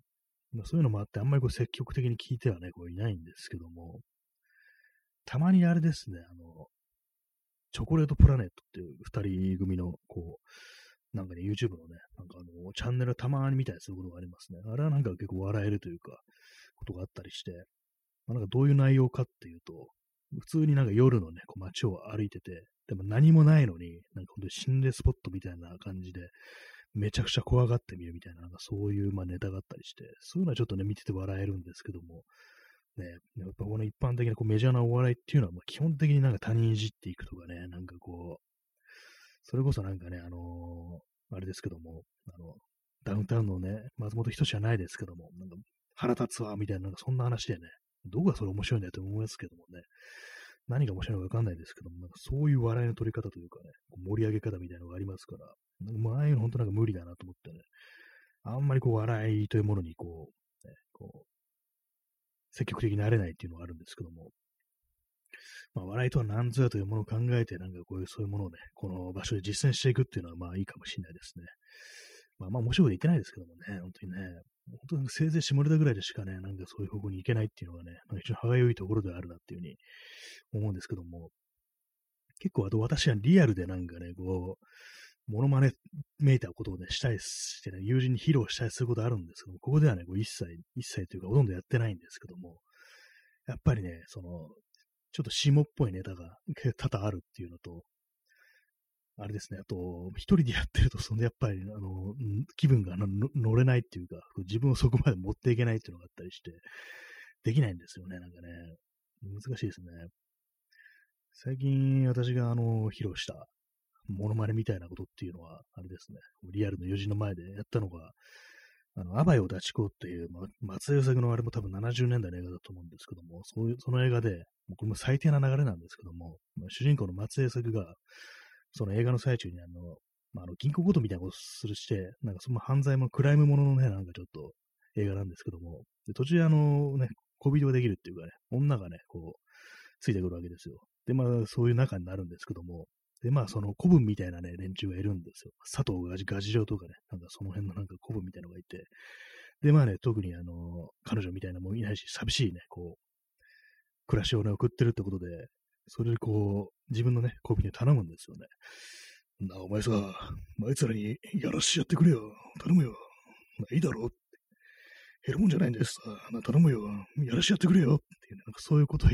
まあ、そういうのもあって、あんまりこう積極的に聞いてはね、こういないんですけども、たまにあれですね、あの、チョコレートプラネットっていう二人組の、こう、なんかね、YouTube のね、なんかあの、チャンネルたまに見たりすることがありますね。あれはなんか結構笑えるというか、ことがあったりして、まあ、なんかどういう内容かっていうと、普通になんか夜のね、こう街を歩いてて、でも何もないのに、なんか本当に心霊スポットみたいな感じで、めちゃくちゃ怖がってみるみたいな、なんかそういうまあネタがあったりして、そういうのはちょっとね、見てて笑えるんですけども、ね、やっぱこの一般的なこうメジャーなお笑いっていうのは、まあ基本的になんか他人いじっていくとかね、なんかこう、それこそなんかね、あのーあれですけども、あの、ダウンタウンのね、松本人志じゃないですけども、なんか腹立つわ、みたいな、なんかそんな話でね、どこがそれ面白いんだよと思いますけどもね、何が面白いのかわかんないですけども、なんかそういう笑いの取り方というかね、盛り上げ方みたいなのがありますから、まあ、ああいうの本当なんか無理だなと思ってね、あんまりこう笑いというものにこう、ね、こう、積極的になれないっていうのがあるんですけども、まあ、笑いとは何ぞやというものを考えて、なんかこういう、そういうものをね、この場所で実践していくっていうのは、まあいいかもしれないですね。まあまあ面白いこと言ってないですけどもね、本当にね、本当にせいぜい下ネタぐらいでしかね、なんかそういう方向に行けないっていうのがね、なんか非常に歯がゆいところではあるなっていうふうに思うんですけども、結構あと私はリアルでなんかね、こう、モノマネめいたことをね、したりしてね、友人に披露したりすることあるんですけども、ここではね、こう一切、一切というかほとんどやってないんですけども、やっぱりね、その、ちょっと下っぽいネタが多々あるっていうのと、あれですね、あと、一人でやってると、そのやっぱり、あの、気分がの乗れないっていうか、自分をそこまで持っていけないっていうのがあったりして、できないんですよね、なんかね。難しいですね。最近私があの、披露したモノマネみたいなことっていうのは、あれですね、リアルの友人の前でやったのが、あの、アバヨダチコっていう、ま、松江作のあれも多分ななじゅうねんだいの映画だと思うんですけども、そういう、その映画で、もうこれも最低な流れなんですけども、まあ、主人公の松江作が、その映画の最中にあの、まあ、あの銀行強盗みたいなことをするして、なんかその犯罪もクライムもののね、なんかちょっと映画なんですけども、で途中であのね、恋人ができるっていうかね、女がね、こう、ついてくるわけですよ。で、まあ、そういう仲になるんですけども、で、まあ、その古文みたいなね、連中がいるんですよ。佐藤ガジ、ガジラとかね、なんかその辺のなんか古文みたいなのがいて、で、まあね、特にあの、彼女みたいなもんいないし、寂しいね、こう、暮らしをね、送ってるってことで、それでこう、自分のね、恋人に頼むんですよね。なあ、お前さ、あいつらにやらしてやってくれよ。頼むよ。いいだろう。減るもんじゃないんですさ。な頼むよ。やらしてやってくれよ。っていうね、なんかそういうことを言って、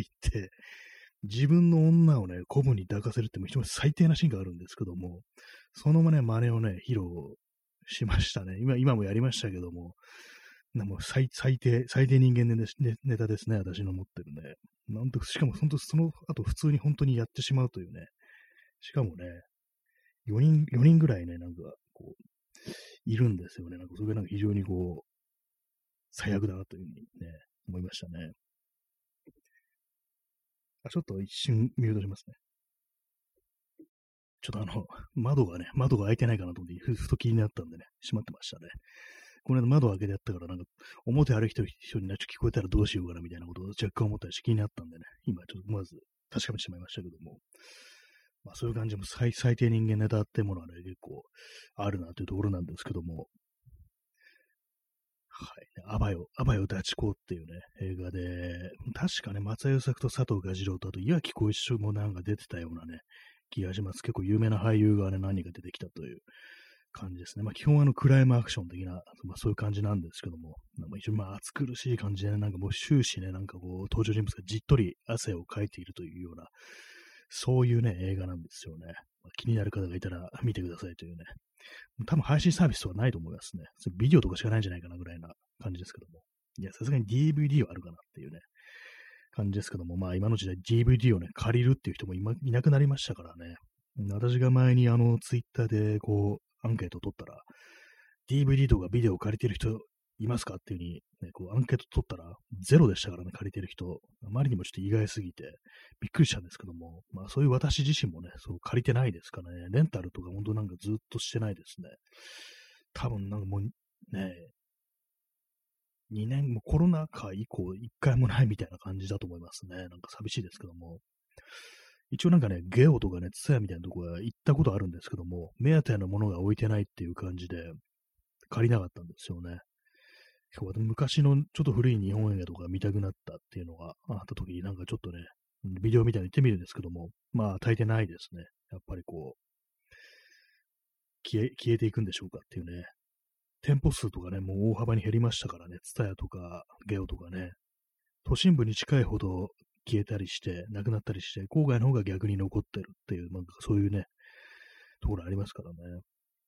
自分の女をね、古文に抱かせるって非常に最低なシーンがあるんですけども、そのね、真似をね、披露しましたね。今、今もやりましたけども、なもう最最低、最低人間ネネネタですね、私の持ってるね。なんと、しかも本当その後普通に本当にやってしまうというね。しかもね、よにん、よにんぐらいね、なんか、こう、いるんですよね。なんかそれがなんか非常にこう、最悪だなというふうにね、思いましたね。あ、ちょっと一瞬ミュートしますね。ちょっとあの、窓がね、窓が開いてないかなと思って、ふふと気になったんでね、閉まってましたね。この間窓開けてやったから、なんか、表歩いてる人になっちゃ聞こえたらどうしようかなみたいなことを若干思ったりして気になったんでね、今ちょっと思わず確かめてしまいましたけども、まあそういう感じも最最低人間ネタってものはね、結構あるなというところなんですけども、はい。アバヨ、アバヨダチコっていうね、映画で、確かね、松江作と佐藤蛾次郎と、あと岩城浩一もなんか出てたようなね、気がします。結構有名な俳優がね、何人か出てきたという感じですね。まあ基本はあのクライムアクション的な、まあそういう感じなんですけども、まあ、一応まあ暑苦しい感じでね、なんかもう終始ね、なんかこう登場人物がじっとり汗をかいているというような、そういうね、映画なんですよね。まあ、気になる方がいたら見てくださいというね。多分配信サービスとはないと思いますね。それビデオとかしかないんじゃないかなぐらいな感じですけども。いや、さすがに ディーブイディー はあるかなっていうね、感じですけども、まあ今の時代 ディーブイディー をね、借りるっていう人も今いなくなりましたからね。私が前にあの、ツイッターでこう、アンケートを取ったら、ディーブイディー とかビデオを借りてる人いますかっていう風に、ね、こうアンケート取ったらゼロでしたからね、借りてる人。あまりにもちょっと意外すぎて、びっくりしたんですけども、まあそういう私自身もね、そう借りてないですからね、レンタルとか本当なんかずっとしてないですね。多分なんかもうね、にねん、もコロナ禍以降一回もないみたいな感じだと思いますね。なんか寂しいですけども。一応なんかね、ゲオとかね、ツヤみたいなとこは行ったことあるんですけども、目当てのものが置いてないっていう感じで、借りなかったんですよね。 今日は昔のちょっと古い日本映画とか見たくなったっていうのがあった時になんかちょっとね、ビデオみたいに行ってみるんですけども、まあ大抵ないですね。やっぱりこう、消え、消えていくんでしょうかっていうね。店舗数とかね、もう大幅に減りましたからね、ツタヤとかゲオとかね、都心部に近いほど消えたりして、なくなったりして、郊外の方が逆に残ってるっていう、なんかそういうね、ところありますからね。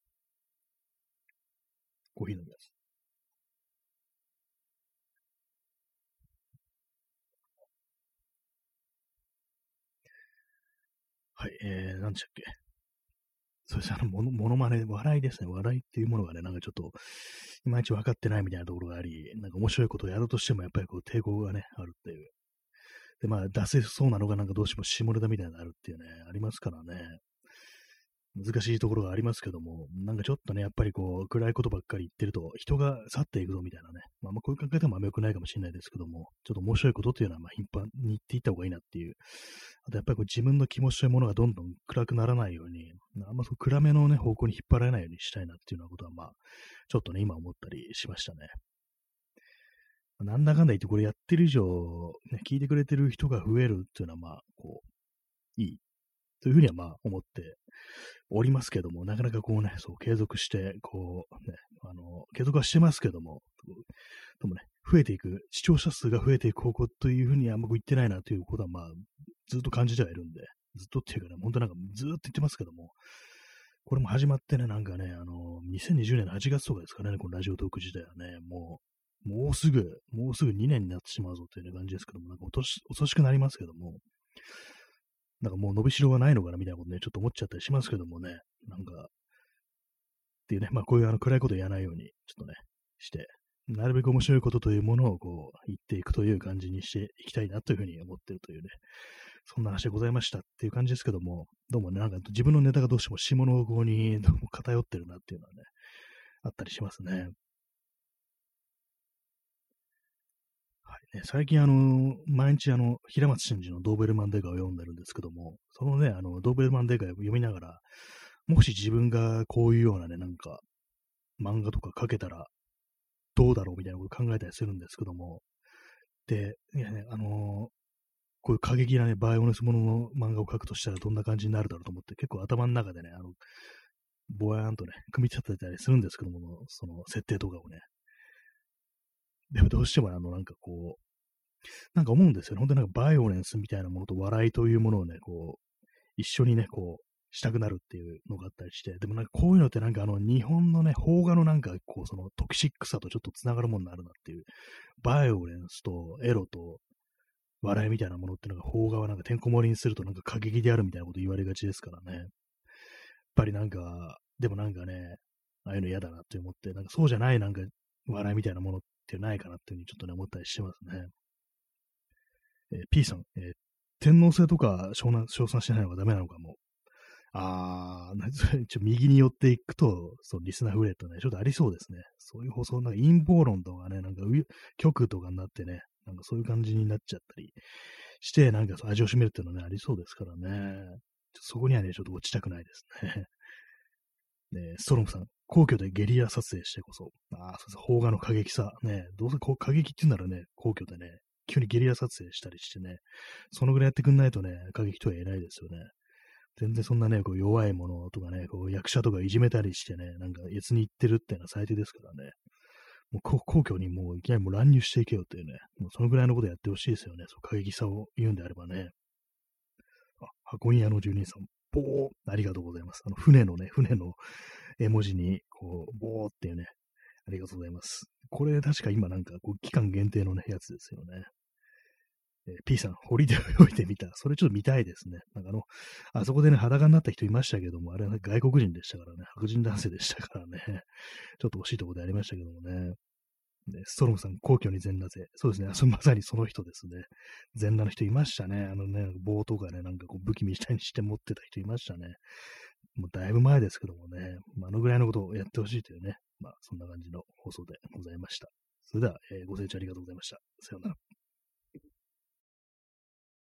コーヒー飲みます。はい、えー、なんでしたっけ。そうです。あの、もの、ものまね、笑いですね。笑いっていうものがね、なんかちょっと、いまいち分かってないみたいなところがあり、なんか面白いことをやろうとしても、やっぱりこう、抵抗がね、あるっていう。で、まあ、出せそうなのがなんかどうしても下ネタみたいになるっていうね、ありますからね。難しいところがありますけども、なんかちょっとね、やっぱりこう、暗いことばっかり言ってると、人が去っていくぞみたいなね、まあ、まあこういう考え方もあんま良くないかもしれないですけども、ちょっと面白いことっていうのは、まあ、頻繁に言っていった方がいいなっていう。あと、やっぱりこう自分の気持ちというものがどんどん暗くならないように、あんまそう暗めのね、方向に引っ張られないようにしたいなっていうようなことは、まあ、ちょっとね、今思ったりしましたね。なんだかんだ言ってこれやってる以上、ね、聞いてくれてる人が増えるっていうのは、まあ、こう、いいというふうにはまあ思っておりますけども、なかなかこうね、そう継続して、こうね、あの、継続はしてますけども、でもね、増えていく、視聴者数が増えていく方向というふうにあんまこう言ってないなということはまあ、ずっと感じてはいるんで、ずっとっていうかね、本当なんかずっと言ってますけども、これも始まってね、なんかね、あの、にせんにじゅうねんのはちがつとかですかね、このラジオトーク自体はね、もう、もうすぐ、もうすぐにねんになってしまうぞという、ね、感じですけども、なんか遅し遅しくなりますけども、なんかもう伸びしろがないのかなみたいなことね、ちょっと思っちゃったりしますけどもね、なんか、っていうね、まあこういうあの暗いこと言わないように、ちょっとね、して、なるべく面白いことというものをこう言っていくという感じにしていきたいなというふうに思っているというね、そんな話でございましたっていう感じですけども、どうもね、なんか自分のネタがどうしても下の方向にどうも偏ってるなっていうのはね、あったりしますね。はいね、最近あの、毎日あの、平松真二のドーベルマンデガを読んでるんですけども、そのね、あの、ドーベルマンデガを読みながら、もし自分がこういうようなね、なんか、漫画とか描けたらどうだろうみたいなことを考えたりするんですけども、で、いやね、あのーこういう過激なね、バイオネスものの漫画を描くとしたらどんな感じになるだろうと思って、結構頭の中でね、あの、ぼやーんとね、組み立てたりするんですけども、その設定とかをね。でもどうしてもあの、なんかこう、なんか思うんですよね。本当になんかバイオレンスみたいなものと笑いというものをね、こう、一緒にね、こう、したくなるっていうのがあったりして、でもなんかこういうのってなんかあの日本のね、邦画のなんかこうそのトキシックさとちょっとつながるものになるなっていう、バイオレンスとエロと笑いみたいなものってのが邦画はなんかてんこ盛りにするとなんか過激であるみたいなこと言われがちですからね。やっぱりなんか、でもなんかね、ああいうの嫌だなって思って、なんかそうじゃないなんか笑いみたいなものってないかなっていうふうにちょっとね思ったりしてますね。えー P さん、えー天皇制とか称賛称賛しないのがダメなのかも。あー、なちょ右に寄っていくと、そう、リスナー増えるとね、ちょっとありそうですね。そういう放送、なんか陰謀論とかね、なんかう極とかになってね、なんかそういう感じになっちゃったりして、なんかそう味を占めるっていうのはね、ありそうですからね。そこにはね、ちょっと落ちたくないですね。ねストロムさん、皇居でゲリラ撮影してこそ、ああ、そうです。邦画の過激さ、ね、どうせこう過激って言うんならね、皇居でね、急にゲリラ撮影したりしてね、そのぐらいやってくんないとね、過激とは言えないですよね。全然そんなね、こう弱いものとかね、こう役者とかいじめたりしてね、なんか越に言ってるっていうのは最低ですからね。もう皇皇居にもういきなりもう乱入していけよっていうね、もうそのぐらいのことやってほしいですよね。そう過激さを言うんであればね。あ、箱庭の住人さん、ぼー、ありがとうございます。あの、船のね、船の絵文字に、こう、ぼーっていうね、ありがとうございます。これ確か今なんか、こう、期間限定のね、やつですよね。えー P さん、堀で泳いでみた。それちょっと見たいですね。なんかあの、あそこでね、裸になった人いましたけども、あれは、ね、外国人でしたからね、白人男性でしたからね、ちょっと惜しいところでありましたけどもね。で、ストロムさん、皇居に全裸勢。そうですね。そまさにその人ですね。全裸の人いましたね。あのね、棒とかね、なんかこう武器みたいにして持ってた人いましたね。もうだいぶ前ですけどもね、まあ、あのぐらいのことをやってほしいというね、まあ、そんな感じの放送でございました。それでは、えーご清聴ありがとうございました。さようなら。